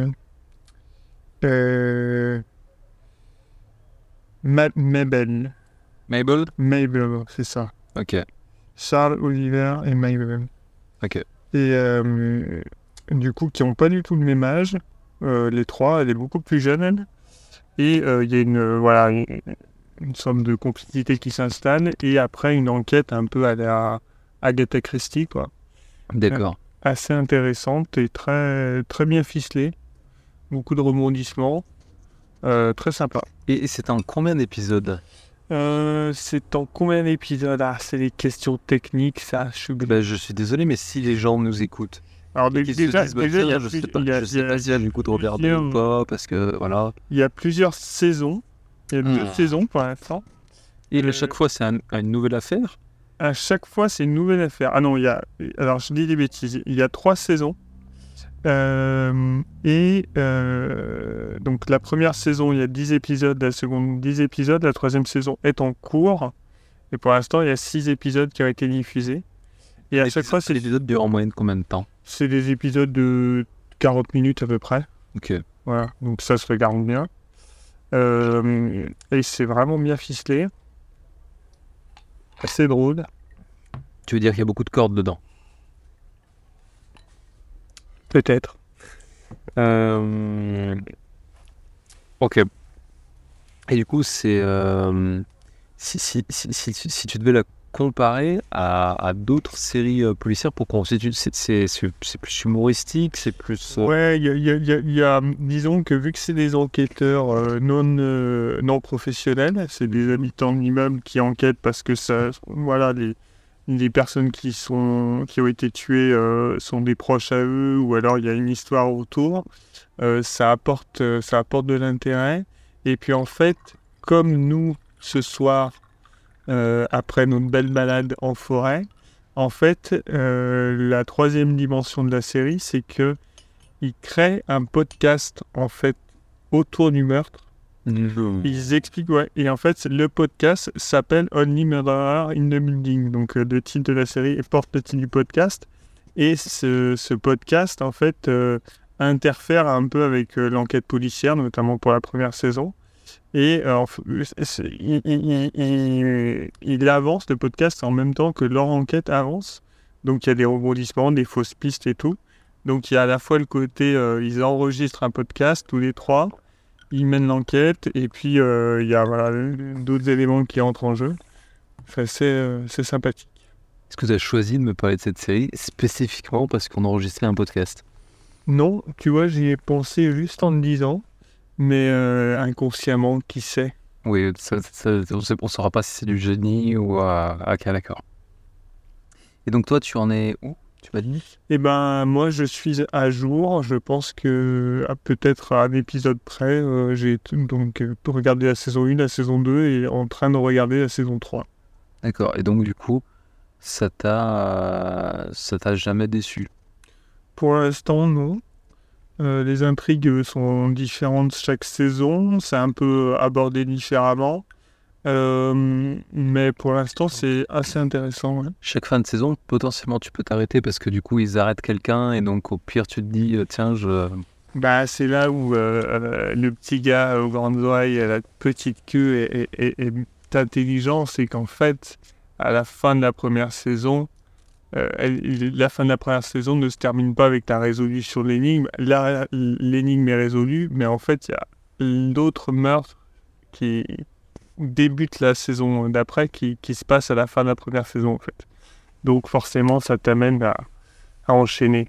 euh... Ma- Mabel. Mabel. Mabel, c'est ça. Ok. Charles, Oliver et Mabel. Ok. Et euh, du coup, qui n'ont pas du tout le même âge. Euh, les trois, elle est beaucoup plus jeune, elle. Et euh, il y a une, euh, voilà, une, une sorte de complicité qui s'installe. Et après, une enquête un peu à la Agatha Christie, quoi. D'accord. Assez intéressante et très, très bien ficelée. Beaucoup de rebondissements. Euh, très sympa. Et, et c'est en combien d'épisodes? Euh, c'est en combien d'épisodes? Ah, c'est des questions techniques, ça. Je suis... Ben, je suis désolé, mais si les gens nous écoutent, Alors, dé- qu'ils se déjà, disent, bah, déjà, il y tiens, a je plus- sais pas, il y a- je il y sais a- pas si j'ai le coup de regarder plusieurs- ou pas, parce que voilà. il y a plusieurs saisons. Il y a deux Ah. saisons pour l'instant. Et Euh, à chaque fois, c'est un- une nouvelle affaire. À chaque fois, c'est une nouvelle affaire. Ah non, il y a... Alors, je dis des bêtises. Il y a trois saisons. Euh, et euh, donc, la première saison, il y a dix épisodes. La seconde, dix épisodes. La troisième saison est en cours. Et pour l'instant, il y a six épisodes qui ont été diffusés. Et à chaque fois, c'est, l'épisode dure en moyenne combien de temps? c'est des épisodes de quarante minutes à peu près. Ok. Voilà. Donc, ça se regarde bien. Euh, et c'est vraiment bien ficelé. Assez drôle. Tu veux dire qu'il y a beaucoup de cordes dedans? Peut-être. Euh... Ok. Et du coup, c'est euh, si, si, si, si, si tu devais la comparer à, à d'autres séries euh, policières pour qu'on c'est, c'est, c'est, c'est, c'est plus humoristique, c'est plus... euh, Ouais, il y a, il y a- il y a- il y a- disons que vu que c'est des enquêteurs euh, non, euh, non professionnels, c'est des habitants de l'immeuble qui enquêtent parce que ça, voilà, les, les personnes qui sont, qui ont été tuées euh, sont des proches à eux, ou alors il y a une histoire autour, euh, ça apporte, euh, ça apporte de l'intérêt. Et puis en fait, comme nous, ce soir, euh, après notre belle balade en forêt, en fait, euh, la troisième dimension de la série, c'est que ils créent un podcast en fait autour du meurtre. Ils expliquent, ouais. Et en fait, le podcast s'appelle Only Murderer in the Building. Donc, euh, le titre de la série porte le titre du podcast. Et ce, ce podcast, en fait, euh, interfère un peu avec euh, l'enquête policière, notamment pour la première saison. Et euh, en f- c'est- il, il- il- il avance le podcast en même temps que leur enquête avance. Donc, il y a des rebondissements, des fausses pistes et tout. Donc, il y a à la fois le côté, euh, ils enregistrent un podcast tous les trois. Ils mènent l'enquête et puis euh, il y a voilà, d'autres éléments qui entrent en jeu. Enfin, c'est, euh, c'est sympathique. Est-ce que tu as choisi de me parler de cette série spécifiquement parce qu'on enregistrait un podcast? Non, tu vois, j'y ai pensé juste en te disant, mais euh, inconsciemment, qui sait. Oui, ça, ça, on ne saura pas si c'est du génie ou... Euh, ok, d'accord. Et donc toi, tu en es où? Tu m'as dit? Eh ben, moi, je suis à jour. Je pense que à peut-être à un épisode près, euh, j'ai t- donc euh, regardé la saison un, la saison deux et en train de regarder la saison trois. D'accord. Et donc du coup, ça t'a, euh, ça t'a jamais déçu? Pour l'instant, non. Euh, les intrigues sont différentes chaque saison. C'est un peu abordé différemment. Euh, mais pour l'instant, c'est assez intéressant. Ouais. Chaque fin de saison, potentiellement, tu peux t'arrêter parce que du coup, ils arrêtent quelqu'un et donc au pire, tu te dis, euh, tiens, je... Bah, c'est là où euh, euh, le petit gars aux grandes oreilles, à la petite queue est, est- est- est intelligent. C'est qu'en fait, à la fin de la première saison, euh, elle- la fin de la première saison ne se termine pas avec la résolution de l'énigme. Là, l'énigme est résolue, mais en fait, il y a d'autres meurtres qui débutent la saison d'après qui, qui se passent à la fin de la première saison, en fait. Donc, forcément, ça t'amène à, à enchaîner.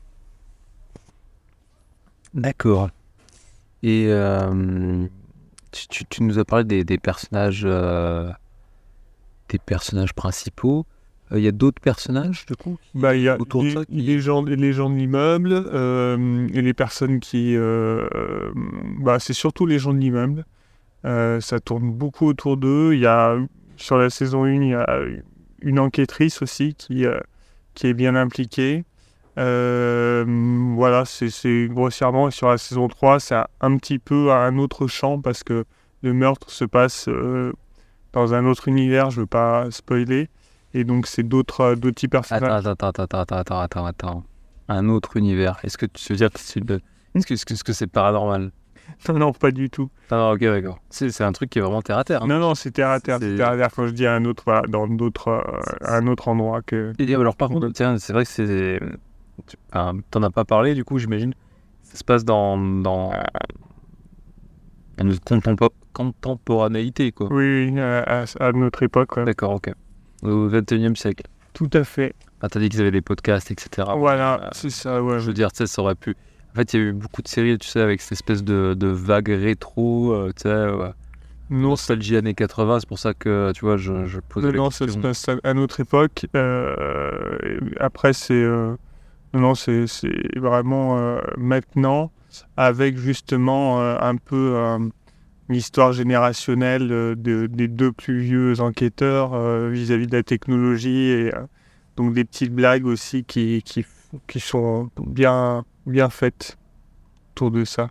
D'accord. Et euh, tu, tu- tu nous as parlé des, des personnages, euh, des personnages principaux. Il y a d'autres personnages, du coup, Bah, il y a autour de les, ça qui- les gens, les gens de l'immeuble, euh, et les personnes qui... euh, euh, bah, c'est surtout les gens de l'immeuble. Euh, ça tourne beaucoup autour d'eux. Il y a, sur la saison un, il y a une enquêtrice aussi qui, euh, qui est bien impliquée. Euh, voilà, c'est, c'est grossièrement. Et sur la saison trois, c'est un, un petit peu à un autre champ parce que le meurtre se passe euh, dans un autre univers. Je veux pas spoiler. Et donc, c'est d'autres, euh, d'autres types de personnages. Attends, attends, attends, attends, attends, attends, attends. Un autre univers. Est-ce que tu veux dire que c'est, le- est-ce que, est-ce que, est-ce que c'est paranormal? Non, non, pas du tout. Ah non, ok, d'accord. C'est, c'est un truc qui est vraiment terre à terre. hein. Non, non, c'est terre à terre. C'est- C'est terre à terre quand je dis à un autre, voilà, dans d'autres, euh, à un autre endroit que. Et alors par contre, tiens, c'est vrai que c'est... tu- enfin, t'en as pas parlé, du coup, j'imagine. Ça se passe dans... dans... dans notre contempo- contemporanéité, quoi. Oui, oui, à, à- à notre époque. Ouais. D'accord, ok. Au vingt et unième siècle. Tout à fait. Ah, t'as dit qu'ils avaient des podcasts, et cetera. Voilà, Euh, c'est ça, ouais. Je veux dire, tu sais, ça aurait pu... En fait, il y a eu beaucoup de séries, tu sais, avec cette espèce de, de vague rétro, euh, tu sais, ouais. Non, Nostalgie années quatre-vingts, c'est pour ça que, tu vois, je, je pose non, la non, ça se question. passe à à notre époque. Euh, et après, c'est. euh, non, non, c'est, c'est vraiment euh, maintenant, avec justement euh, un peu euh, l'histoire générationnelle euh, de- des deux plus vieux enquêteurs euh, vis-à-vis de la technologie. Et euh, donc des petites blagues aussi qui, qui, qui sont bien, bien faites autour de ça.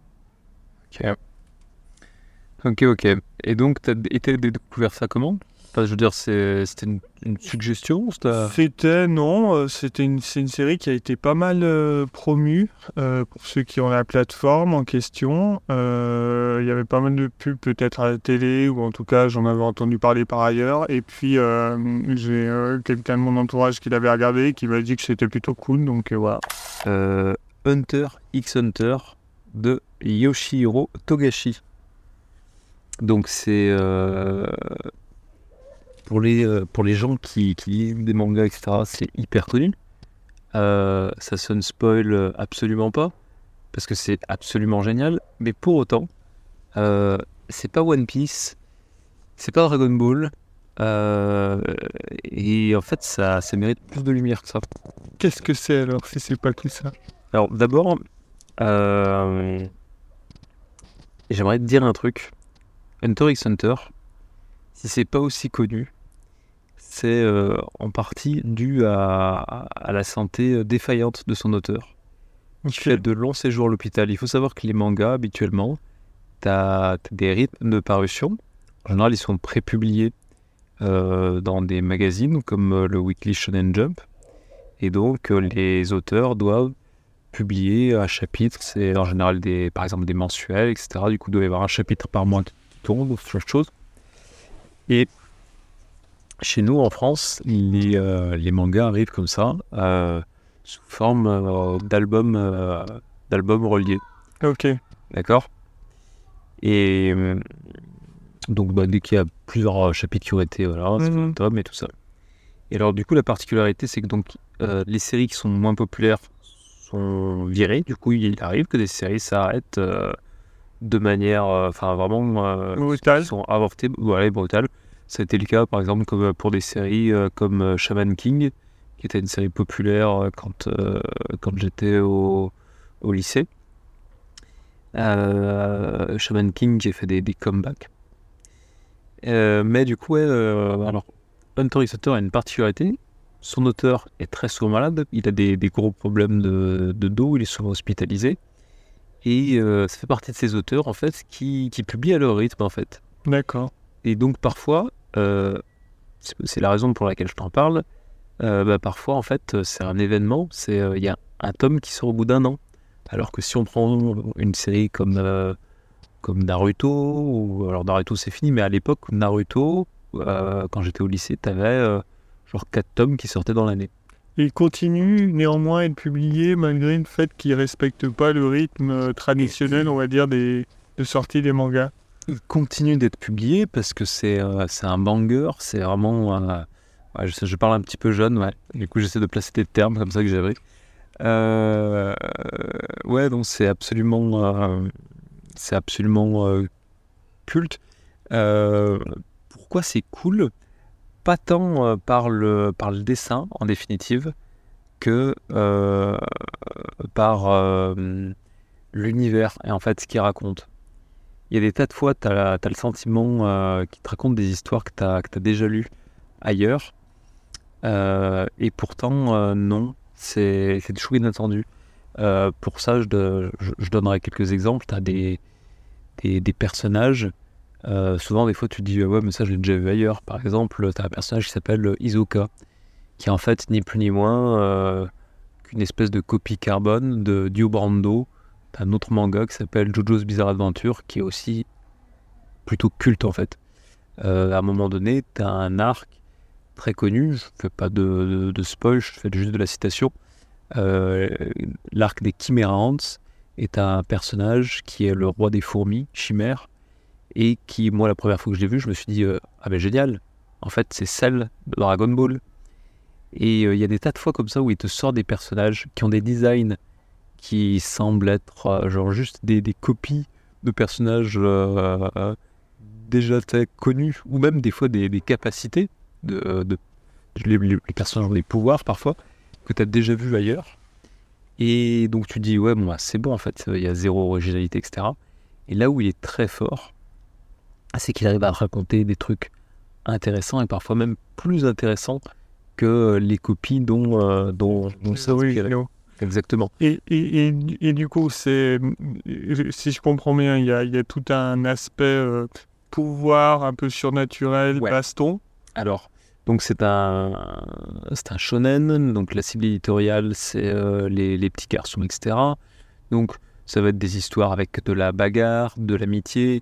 Ok, ok. Et donc, t'as été découvert ça comment? Enfin, je veux dire, c'est, c'était une, une suggestion? C'était... C'était, non, euh, c'était une, c'est une série qui a été pas mal euh, promue euh, pour ceux qui ont la plateforme en question. Euh, Il y avait pas mal de pubs peut-être à la télé, ou en tout cas j'en avais entendu parler par ailleurs. Et puis euh, j'ai euh, quelqu'un de mon entourage qui l'avait regardé, qui m'a dit que c'était plutôt cool, donc euh, voilà. Euh, Hunter x Hunter de Yoshihiro Togashi. Donc c'est euh, pour les, euh, pour les gens qui, qui lisent des mangas, et cetera, c'est hyper connu. Euh, ça se ne spoil absolument pas, parce que c'est absolument génial. Mais pour autant, euh, c'est pas One Piece, c'est pas Dragon Ball. Euh, et en fait, ça, ça mérite plus de lumière que ça. Qu'est-ce que c'est alors, si c'est pas tout ça? Alors d'abord, euh, j'aimerais te dire un truc. Hunter x Hunter, si c'est pas aussi connu, c'est euh, en partie dû à, à la santé défaillante de son auteur, qui Ok. fait de longs séjours à l'hôpital. Il faut savoir que les mangas, habituellement, t'as, t'as des rythmes de parution. En général, ils sont prépubliés euh, dans des magazines comme euh, le Weekly Shonen Jump. Et donc, euh, les auteurs doivent publier un chapitre. C'est en général, des, par exemple, des mensuels, et cetera. Du coup, il doit y avoir un chapitre par mois qui tourne, ou ce genre de choses. Et chez nous, en France, les, euh, les mangas arrivent comme ça, euh, sous forme euh, d'albums, euh, d'albums reliés. Ok. D'accord? Et euh, donc, bah, dès qu'il y a plusieurs euh, chapitres qui ont été, voilà, c'est Mhm. un tome et tout ça. Et alors, du coup, la particularité, c'est que donc, euh, les séries qui sont moins populaires sont virées. Du coup, il arrive que des séries s'arrêtent euh, de manière, euh, enfin, vraiment, euh, Brutal. qui sont avortées, voilà, brutales. Ça a été le cas, par exemple, comme pour des séries euh, comme euh, Shaman King, qui était une série populaire euh, quand, euh, quand j'étais au, au lycée. Euh, Shaman King qui a fait des, des comebacks. Euh, mais du coup, ouais, euh, alors, Hunter x Hunter a une particularité. Son auteur est très souvent malade. Il a des, des gros problèmes de, de dos. Il est souvent hospitalisé. Et euh, ça fait partie de ces auteurs, en fait, qui, qui publient à leur rythme, en fait. D'accord. Et donc, parfois, euh, c'est, c'est la raison pour laquelle je t'en parle, euh, bah, parfois, en fait, c'est un événement. C'est, euh, il y a un tome qui sort au bout d'un an. Alors que si on prend une série comme... euh, comme Naruto, ou alors Naruto c'est fini, mais à l'époque, Naruto, euh, quand j'étais au lycée, t'avais euh, genre quatre tomes qui sortaient dans l'année. Il continue néanmoins à être publié malgré le fait qu'il ne respecte pas le rythme euh, traditionnel, on va dire, des, de sortie des mangas. Il continue d'être publié parce que c'est, euh, c'est un banger, c'est vraiment... euh, ouais, je, sais, je parle un petit peu jeune, ouais. Du coup, j'essaie de placer des termes comme ça que j'ai appris. Euh, ouais, donc c'est absolument... euh, c'est absolument euh, culte. Euh, pourquoi c'est cool? Pas tant euh, par, le, par le dessin, en définitive, que euh, par euh, l'univers et en fait ce qu'il raconte. Il y a des tas de fois, tu as le sentiment euh, qu'il te raconte des histoires que tu as déjà lues ailleurs. Euh, et pourtant, euh, non, c'est c'est toujours inattendu. Euh, pour ça, je, de, je, je donnerai quelques exemples. Tu as des, des, des personnages. Euh, souvent, des fois, tu te dis, ouais, mais ça, je l'ai déjà vu ailleurs. Par exemple, tu as un personnage qui s'appelle Hisoka, qui est en fait ni plus ni moins euh, qu'une espèce de copie carbone de Dio Brando, d'un autre manga qui s'appelle JoJo's Bizarre Adventure, qui est aussi plutôt culte en fait. Euh, à un moment donné, tu as un arc très connu, je fais pas de, de, de spoil, je fais juste de la citation. Euh, l'arc des Chimera Ants est un personnage qui est le roi des fourmis, Chimère, et qui, moi, la première fois que je l'ai vu, je me suis dit euh, ah ben génial, en fait, c'est celle de Dragon Ball. Et il euh, y a des tas de fois comme ça où il te sort des personnages qui ont des designs qui semblent être euh, genre juste des, des copies de personnages euh, euh, déjà très connus, ou même des fois des, des capacités de, de les, les personnages ont des pouvoirs parfois que tu as déjà vu ailleurs. Et donc tu dis ouais bon bah, c'est bon en fait, il y a zéro originalité, et cetera. Et là où il est très fort, c'est qu'il arrive à raconter des trucs intéressants et parfois même plus intéressants que les copies dont, euh, dont, dont ça originaux. Exactement. Et, et, et, et du coup, c'est, si je comprends bien, il y a, il y a tout un aspect euh, pouvoir un peu surnaturel, Ouais. baston. Alors, donc c'est un, c'est un shonen, donc la cible éditoriale, c'est euh, les, les petits garçons, et cetera. Donc, ça va être des histoires avec de la bagarre, de l'amitié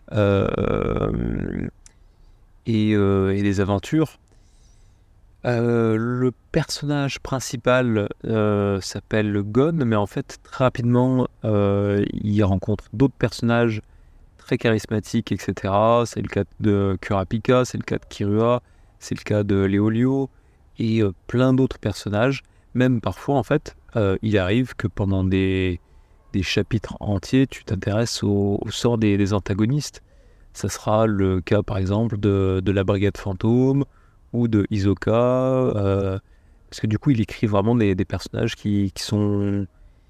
euh, et, euh, et des aventures. Euh, le personnage principal euh, s'appelle Gon, mais en fait, très rapidement, euh, il rencontre d'autres personnages très charismatiques, et cetera. C'est le cas de Kurapika, c'est le cas de Kirua, c'est le cas de Léolio et euh, plein d'autres personnages. Même parfois, en fait, euh, il arrive que pendant des, des chapitres entiers, tu t'intéresses au, au sort des, des antagonistes. Ça sera le cas, par exemple, de, de la Brigade Fantôme ou de Hisoka, euh, parce que du coup, il écrit vraiment des, des personnages qui, qui sont,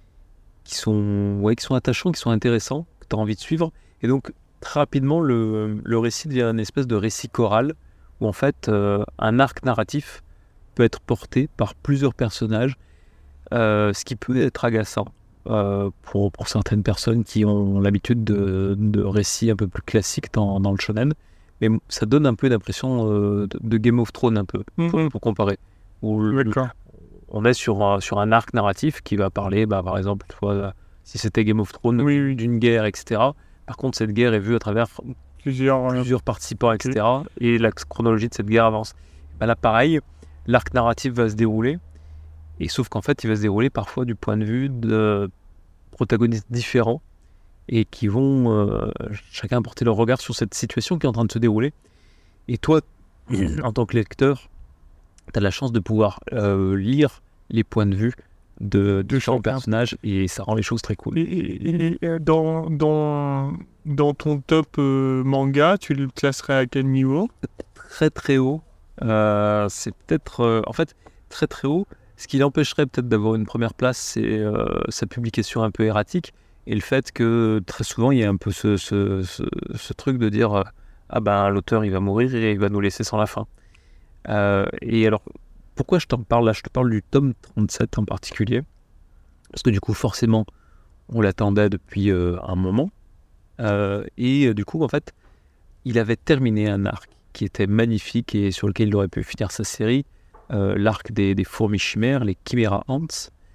qui sont, ouais, qui sont attachants, qui sont intéressants, que tu as envie de suivre. Et donc, très rapidement, le, le récit devient une espèce de récit choral, où en fait, euh, un arc narratif peut être porté par plusieurs personnages, euh, ce qui peut être agaçant. Euh, pour, pour certaines personnes qui ont l'habitude de, de récits un peu plus classiques dans, dans le shonen, mais ça donne un peu l'impression euh, de, de Game of Thrones un peu, Mhm. pour, pour comparer. Où le- D'accord. on est sur un, sur un arc narratif qui va parler, bah, par exemple, tu vois, si c'était Game of Thrones, Oui, oui. d'une guerre, et cetera. Par contre, cette guerre est vue à travers Plusieurs. euh, plusieurs participants, et cetera. Et la chronologie de cette guerre avance. Bah là, pareil, l'arc narratif va se dérouler, et sauf qu'en fait, il va se dérouler parfois du point de vue de protagonistes différents et qui vont euh, chacun porter leur regard sur cette situation qui est en train de se dérouler. Et toi, en tant que lecteur, tu as la chance de pouvoir euh, lire les points de vue de, de différents chacun. personnages et ça rend les choses très cool. Et, et- et dans, dans, dans ton top euh, manga, tu le classerais à quel niveau? Très très haut, euh, c'est peut-être euh, en fait très très haut. Ce qui l'empêcherait peut-être d'avoir une première place, c'est euh, sa publication un peu erratique et le fait que très souvent il y a un peu ce, ce, ce, ce truc de dire euh, ah ben l'auteur il va mourir et il va nous laisser sans la fin. Euh, et alors pourquoi je t'en parle là? Je te parle du tome trente-sept en particulier parce que du coup forcément on l'attendait depuis euh, un moment euh, et euh, du coup en fait il avait terminé un arc qui était magnifique et sur lequel il aurait pu finir sa série. Euh, l'arc des, des fourmis chimères, les Chimera Ants.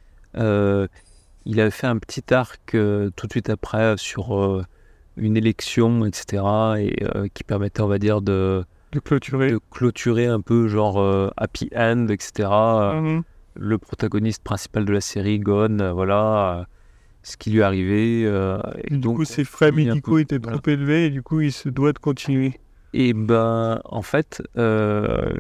Euh, il avait fait un petit arc euh, tout de suite après sur euh, une élection, et cetera. Et euh, qui permettait, on va dire, de, De clôturer. de clôturer un peu genre euh, happy end, et cetera. Euh, Mhm. le protagoniste principal de la série, Gon, euh, voilà, euh, ce qui lui est arrivé. euh, et Et du donc, coup, ses frais il y a un médicaux peu- étaient voilà. trop élevés et du coup, il se doit de continuer. Et ben, en fait, euh,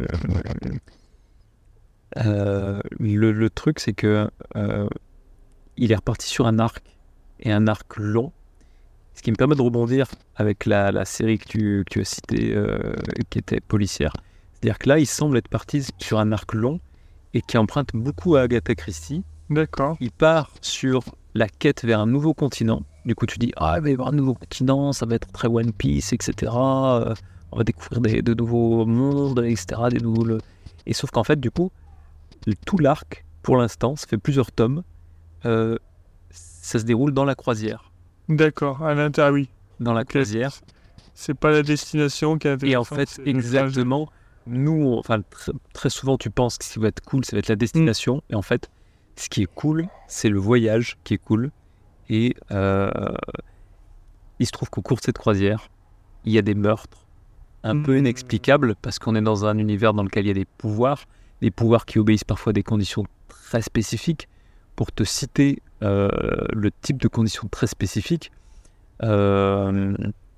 euh, le, le truc, c'est que euh, il est reparti sur un arc et un arc long, ce qui me permet de rebondir avec la, la série que tu, que tu as citée, euh, qui était policière. C'est-à-dire que là, il semble être parti sur un arc long et qui emprunte beaucoup à Agatha Christie. D'accord. Il part sur la quête vers un nouveau continent. Du coup, tu dis, ah, il va y avoir un nouveau continent, ça va être très One Piece, et cetera. Euh, on va découvrir des, de nouveaux mondes, et cetera. Des nouveaux... le- Et sauf qu'en fait, du coup, le- tout l'arc, pour l'instant, ça fait plusieurs tomes, euh, ça se déroule dans la croisière. D'accord. À l'intérieur, oui. Dans la croisière. C'est pas la destination qui est Et en intéressante, fait, c'est le exactement, nous, on- enfin, tr- très souvent, tu penses que ce qui va être cool, ça va être la destination. Et en fait, ce qui est cool, c'est le voyage qui est cool. Et euh, il se trouve qu'au cours de cette croisière, il y a des meurtres un Mm. peu inexplicables parce qu'on est dans un univers dans lequel il y a des pouvoirs, des pouvoirs qui obéissent parfois à des conditions très spécifiques. Pour te citer euh, le type de conditions très spécifiques, euh,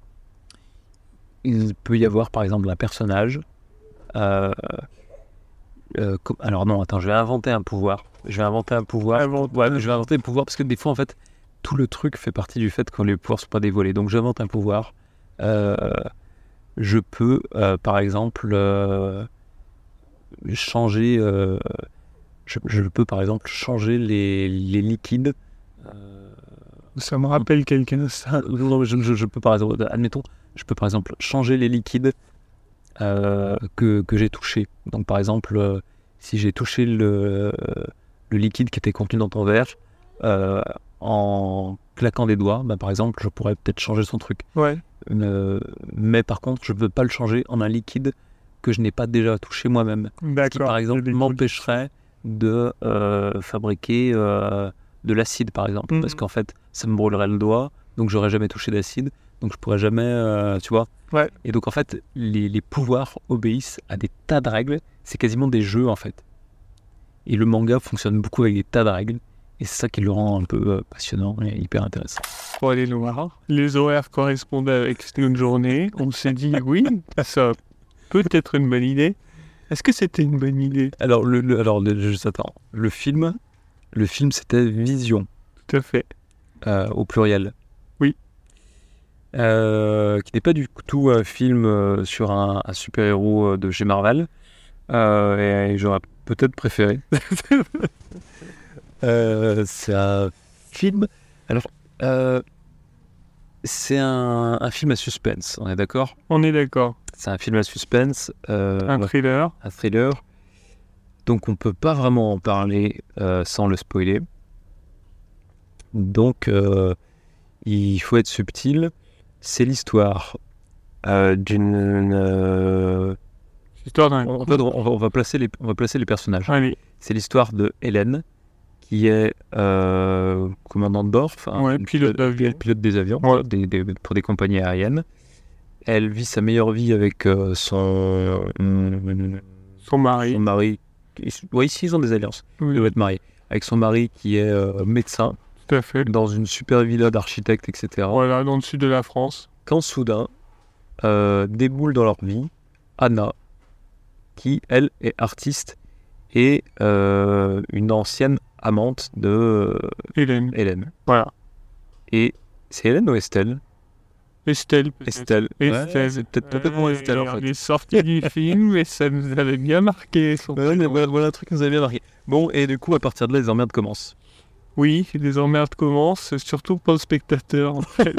il peut y avoir par exemple un personnage. euh, euh, com- alors non, attends, je vais inventer un pouvoir. Je vais inventer un pouvoir. Invente- Ouais, mais je vais inventer un pouvoir parce que des fois, en fait, tout le truc fait partie du fait que les pouvoirs ne sont pas dévoilés. Donc, j'invente un pouvoir. Euh, je peux, euh, par exemple, euh, changer. euh, je, je peux, par exemple, changer les, les liquides. Euh, Ça me rappelle quelqu'un, ça. non, mais je, je- je peux, par exemple, admettons, je peux, par exemple, changer les liquides euh, que, que j'ai touchés. Donc, par exemple, euh, si j'ai touché le, le liquide qui était contenu dans ton verre, euh, en claquant des doigts, bah, par exemple, je pourrais peut-être changer son truc. Ouais. Euh, mais par contre, je ne peux pas le changer en un liquide que je n'ai pas déjà touché moi-même. Ce qui, D'accord. par exemple, Il y a des m'empêcherait de euh, fabriquer euh, de l'acide, par exemple. Mhm. Parce qu'en fait, ça me brûlerait le doigt, donc j'aurais jamais touché d'acide, donc je pourrais jamais, euh, tu vois. Ouais. Et donc, en fait, les, les pouvoirs obéissent à des tas de règles. C'est quasiment des jeux, en fait. Et le manga fonctionne beaucoup avec des tas de règles. Et c'est ça qui le rend un peu euh, passionnant et hyper intéressant. Pour aller voir. Les horaires correspondaient avec une journée. On s'est dit, oui, ça peut être une bonne idée. Est-ce que c'était une bonne idée? Alors, le, le- alors le, juste attends. Le film, le film c'était Vision, Tout à fait. euh, au pluriel. Oui. Euh, qui n'est pas du tout un film euh, sur un, un super-héros euh, de chez Marvel. Euh, et, et j'aurais peut-être préféré. Euh, c'est un film. Alors, euh, c'est un, un film à suspense, on est d'accord? On est d'accord. C'est un film à suspense, euh, Un thriller. un thriller. Donc, on peut pas vraiment en parler euh, sans le spoiler. Donc, euh, il faut être subtil. C'est l'histoire euh, d'une. euh, Histoire d'un. on, va, on va- on va placer les, on va placer les personnages. Allez. C'est l'histoire de Hélène, qui est euh, commandante de bord, enfin, Ouais, une pilote d'avion. pilote des avions, Ouais. des- des- pour des compagnies aériennes. Elle vit sa meilleure vie avec euh, son, Son mari. son mari. Oui, ici, ils ont des alliances. Ils Oui, doivent être mariés. Avec son mari qui est euh, médecin, tout à fait. dans une super villa d'architecte, et cetera. Voilà, dans le sud de la France. Quand soudain, euh, déboule dans leur vie Anna, qui, elle, est artiste et euh, une ancienne amante de euh, Hélène. Hélène. Voilà. Et c'est Hélène ou Estelle? Estelle. peut-être. Estelle. Estelle. Ouais, c'est peut-être complètement Euh, Estelle, en On fait. est sorti du film et ça nous avait bien marqué. Son Ouais, mais voilà, voilà un truc qui nous avait bien marqué. Bon, et du coup, à partir de là, les emmerdes commencent. Oui, les emmerdes commencent, surtout pour le spectateur. En fait.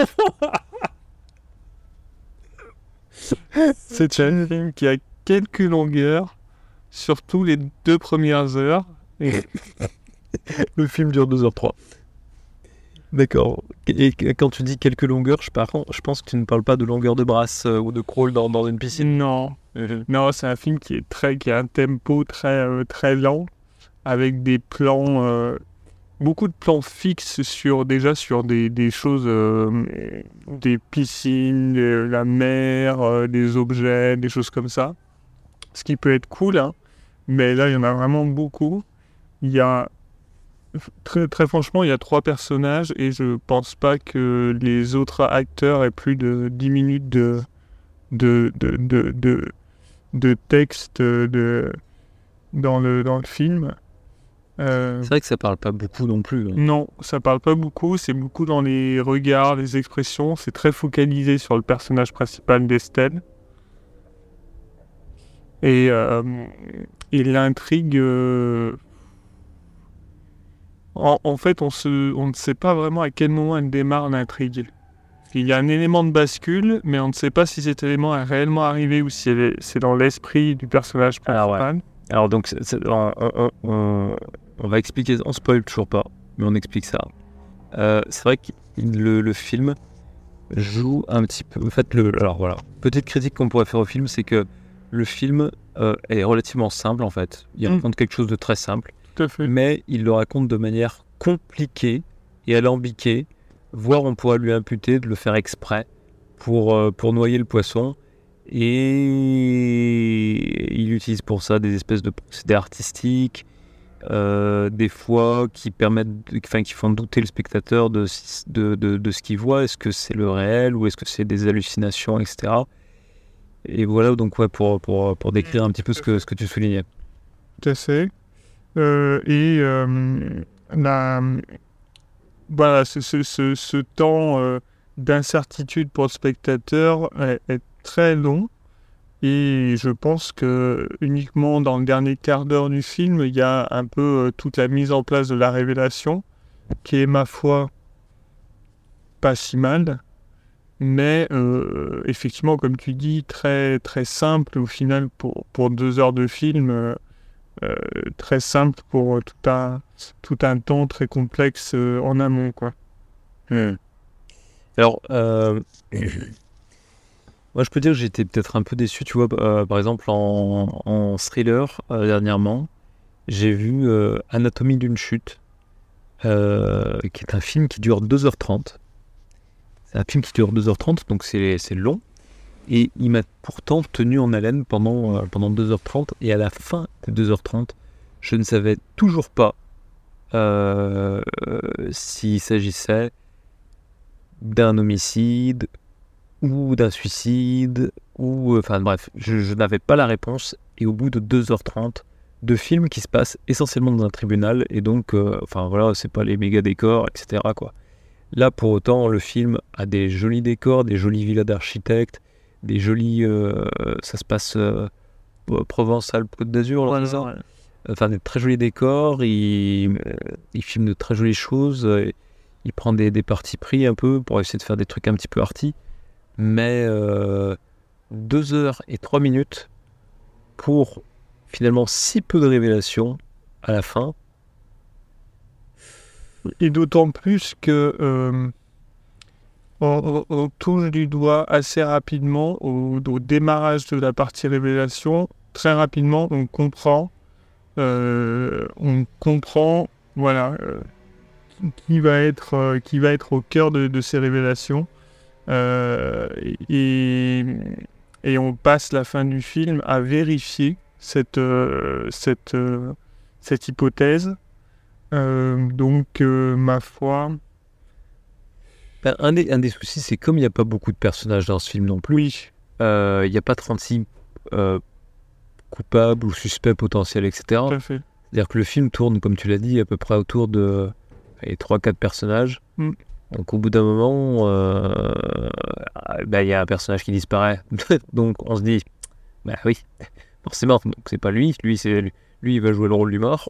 C'est un film qui a quelques longueurs, surtout les deux premières heures. Et Le film dure deux heures trois. D'accord. Et quand tu dis quelques longueurs, je, par contre, je pense que tu ne parles pas de longueur de brasse euh, ou de crawl dans, dans une piscine. non, non, c'est un film qui est très, qui a un tempo très, euh, très lent, avec des plans, euh, beaucoup de plans fixes sur déjà sur des, des choses, euh, des piscines, de la mer, euh, des objets, des choses comme ça. Ce qui peut être cool, hein, mais là il y en a vraiment beaucoup. Il y a très, très franchement, il y a trois personnages et je pense pas que les autres acteurs aient plus de dix minutes de de de de, de, de texte de dans le dans le film. Euh, C'est vrai que ça parle pas beaucoup non plus. hein. non, ça parle pas beaucoup, c'est beaucoup dans les regards, les expressions, c'est très focalisé sur le personnage principal d'Estelle. Et, euh, et l'intrigue... euh, en, en fait, on, se, on ne sait pas vraiment à quel moment elle démarre l'intrigue. Il y a un élément de bascule, mais on ne sait pas si cet élément est réellement arrivé ou si elle est- c'est dans l'esprit du personnage Ah ouais. principal. Alors donc, c'est- c'est- on, on- on- on va expliquer, on spoil toujours pas, mais on explique ça. Euh, c'est vrai que le, le film joue un petit peu... En fait, le, alors voilà, petite critique qu'on pourrait faire au film, c'est que le film euh, est relativement simple en fait. Il Mm. raconte quelque chose de très simple, Tout à fait. mais il le raconte de manière compliquée et alambiquée, voire on pourrait lui imputer de le faire exprès pour, euh, pour noyer le poisson. Et il utilise pour ça des espèces de procédés artistiques, euh, des fois qui permettent, de- enfin qui font douter le spectateur de, de, de, de ce qu'il voit. Est-ce que c'est le réel ou est-ce que c'est des hallucinations, et cetera. Et voilà donc ouais, pour, pour, pour décrire un petit peu ce que, ce que tu soulignais. Tout à fait. Euh, et euh, la, voilà, ce, ce, ce, ce temps euh, d'incertitude pour le spectateur est, est très long. Et je pense que uniquement dans le dernier quart d'heure du film, il y a un peu euh, toute la mise en place de la révélation, qui est, ma foi, pas si mal. Mais euh, effectivement, comme tu dis, très, très simple au final pour, pour deux heures de film. euh, Euh, très simple pour tout un, tout un temps très complexe euh, en amont, quoi. Alors, euh, moi je peux dire que j'étais peut-être un peu déçu, tu vois, euh, par exemple en, en thriller euh, dernièrement, j'ai vu euh, Anatomie d'une chute, euh, qui est un film qui dure deux heures trente. C'est un film qui dure deux heures trente, donc c'est, c'est long. Et il m'a pourtant tenu en haleine pendant, euh, pendant deux heures trente. Et à la fin de deux heures trente, je ne savais toujours pas euh, euh, s'il s'agissait d'un homicide ou d'un suicide, ou... Enfin bref, je, je n'avais pas la réponse. Et au bout de deux heures trente de film qui se passe essentiellement dans un tribunal, et donc, euh, enfin voilà, c'est pas les méga décors, et cetera quoi. Là, pour autant, le film a des jolis décors, des jolies villas d'architectes, des jolis... Euh, ça se passe euh, Provence-Alpes-Côte d'Azur, là, c'est ça ? ouais. Enfin, des très jolis décors, il, euh, il filme de très jolies choses, euh, il prend des, des partis pris un peu pour essayer de faire des trucs un petit peu arty, mais euh, deux heures et trois minutes pour finalement si peu de révélations à la fin. Et d'autant plus que euh, on, on- on touche du doigt assez rapidement au, au démarrage de la partie révélation. Très rapidement, on comprend, euh, on comprend, voilà, euh, qui va être, euh, qui va être au cœur de, de ces révélations. Euh, et, et on passe la fin du film à vérifier cette, euh, cette, euh, cette hypothèse. Euh, donc, euh, ma foi, Ben, un, des, un des soucis, c'est comme il n'y a pas beaucoup de personnages dans ce film non plus, oui, euh, il n'y a pas trente-six euh, coupables ou suspects potentiels, et cetera. tout à fait. C'est-à-dire que le film tourne, comme tu l'as dit, à peu près autour de trois quatre personnages. Mm. Donc au bout d'un moment, euh, ben, il y a un personnage qui disparaît. Donc on se dit, bah oui, forcément, donc c'est pas lui. Lui, c'est, lui, il va jouer le rôle du mort.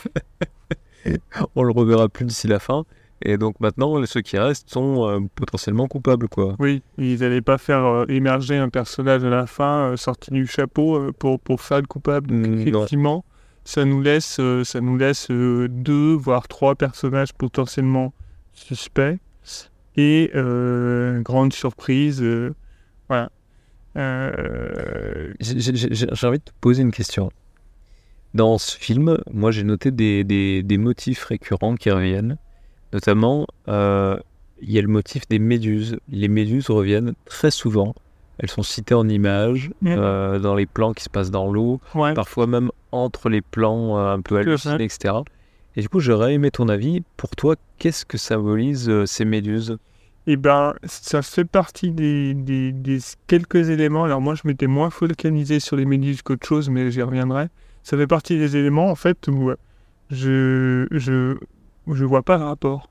On le reverra plus d'ici la fin. Et donc maintenant, ceux qui restent sont euh, potentiellement coupables, quoi. Oui, ils n'allaient pas faire euh, émerger un personnage à la fin euh, sorti du chapeau euh, pour, pour faire le coupable. Donc, Mm, non. effectivement, ça nous laisse, euh, ça nous laisse euh, deux, voire trois personnages potentiellement suspects. Et euh, grande surprise, euh, voilà. Euh, J'ai, j'ai- j'ai- j'ai envie de te poser une question. Dans ce film, moi j'ai noté des, des, des motifs récurrents qui reviennent. Notamment, euh, il y a le motif des méduses. Les méduses reviennent très souvent. Elles sont citées en images, Mm. euh, dans les plans qui se passent dans l'eau, ouais. parfois même entre les plans euh, un peu à fait. hallucinés, et cetera. Et du coup, j'aurais aimé ton avis. Pour toi, qu'est-ce que symbolisent euh, ces méduses ? Eh ben, ça fait partie des, des, des quelques éléments. Alors moi, je m'étais moins focalisé sur les méduses qu'autre chose, mais j'y reviendrai. Ça fait partie des éléments, en fait, où euh, je je je vois pas le rapport.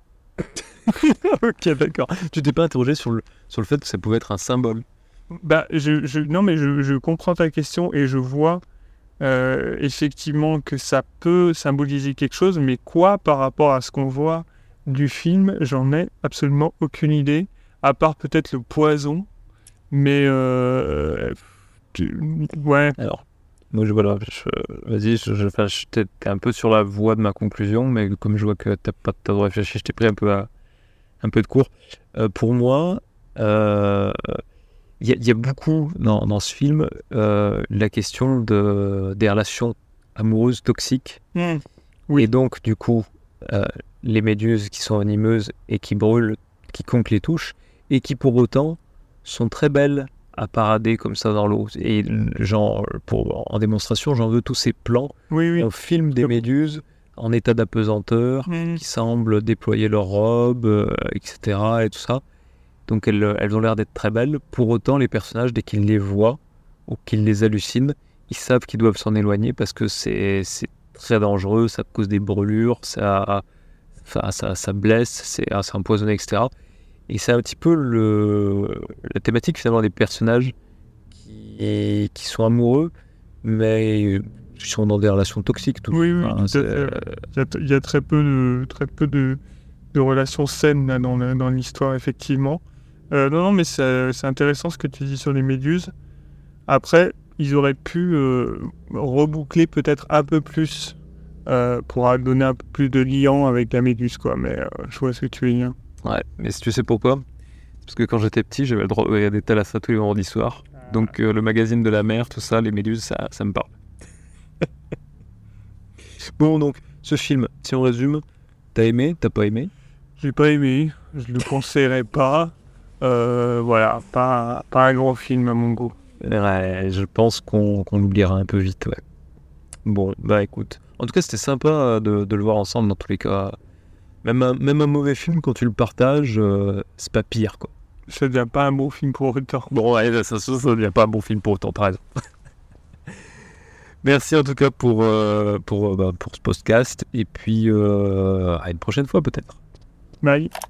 Ok, d'accord. Tu t'es pas interrogé sur le, sur le fait que ça pouvait être un symbole. Bah, je, je non, mais je, je comprends ta question et je vois euh, effectivement que ça peut symboliser quelque chose, mais quoi par rapport à ce qu'on voit du film, j'en ai absolument aucune idée, à part peut-être le poison, mais euh, tu- ouais. Alors, moi, je, voilà, je- vas-y, je, je, enfin, je- t'es t'es un peu sur la voie de ma conclusion, mais comme je vois que t'as pas t'as réfléchi, je t'ai pris un peu, à, un peu de cours. Euh, pour moi, euh, il y, a- il y a beaucoup dans, dans ce film euh, la question de, des relations amoureuses toxiques. Hmm. Oui. Et donc, du coup, euh, les méduses qui sont venimeuses et qui brûlent quiconque les touche, et qui pour autant sont très belles à parader comme ça dans l'eau. Et genre, pour, en démonstration, j'en veux tous ces plans. Oui, oui. On filme des Yep. méduses en état d'apesanteur, Hmm. qui semblent déployer leurs robes, euh, et cetera. Et tout ça. Donc elles, elles ont l'air d'être très belles. Pour autant, les personnages, dès qu'ils les voient ou qu'ils les hallucinent, ils savent qu'ils doivent s'en éloigner parce que c'est, c'est très dangereux, ça cause des brûlures, ça, ça, ça, ça blesse, c'est, c'est empoisonné, et cetera. Et c'est un petit peu le, la thématique finalement des personnages qui, qui sont amoureux, mais qui sont dans des relations toxiques. Tout. Oui, oui, Enfin, tout à c'est- fait. Il y a, il y a très peu de, très peu de, de relations saines là, dans, le- dans l'histoire, effectivement. Euh, non, non, mais c'est, c'est intéressant ce que tu dis sur les méduses. Après, ils auraient pu euh, reboucler peut-être un peu plus euh, pour donner un peu plus de liant avec la méduse, quoi. Mais euh, je vois ce que tu veux dire. Ouais, mais si tu sais pourquoi, c'est parce que quand j'étais petit, j'avais le droit de regarder Thalassa tous les vendredis soirs. Donc euh, le magazine de la mer, tout ça, les méduses, ça, ça me parle. Bon, donc, ce film, si on résume, t'as aimé, t'as pas aimé ? J'ai pas aimé, je le conseillerais pas. Euh, voilà, pas, pas un grand film à mon goût. Ouais, je pense qu'on, qu'on l'oubliera un peu vite, ouais. Bon, bah écoute. En tout cas, c'était sympa euh, de, de le voir ensemble dans tous les cas. Même un, même un mauvais film, quand tu le partages, euh, c'est pas pire, quoi. ça devient pas un bon film pour autant. Bon, ouais, ça, ça, ça devient pas un bon film pour autant, t'as raison. Merci en tout cas pour, euh, pour, euh, bah, pour ce podcast. Et puis, euh, à une prochaine fois peut-être. Bye.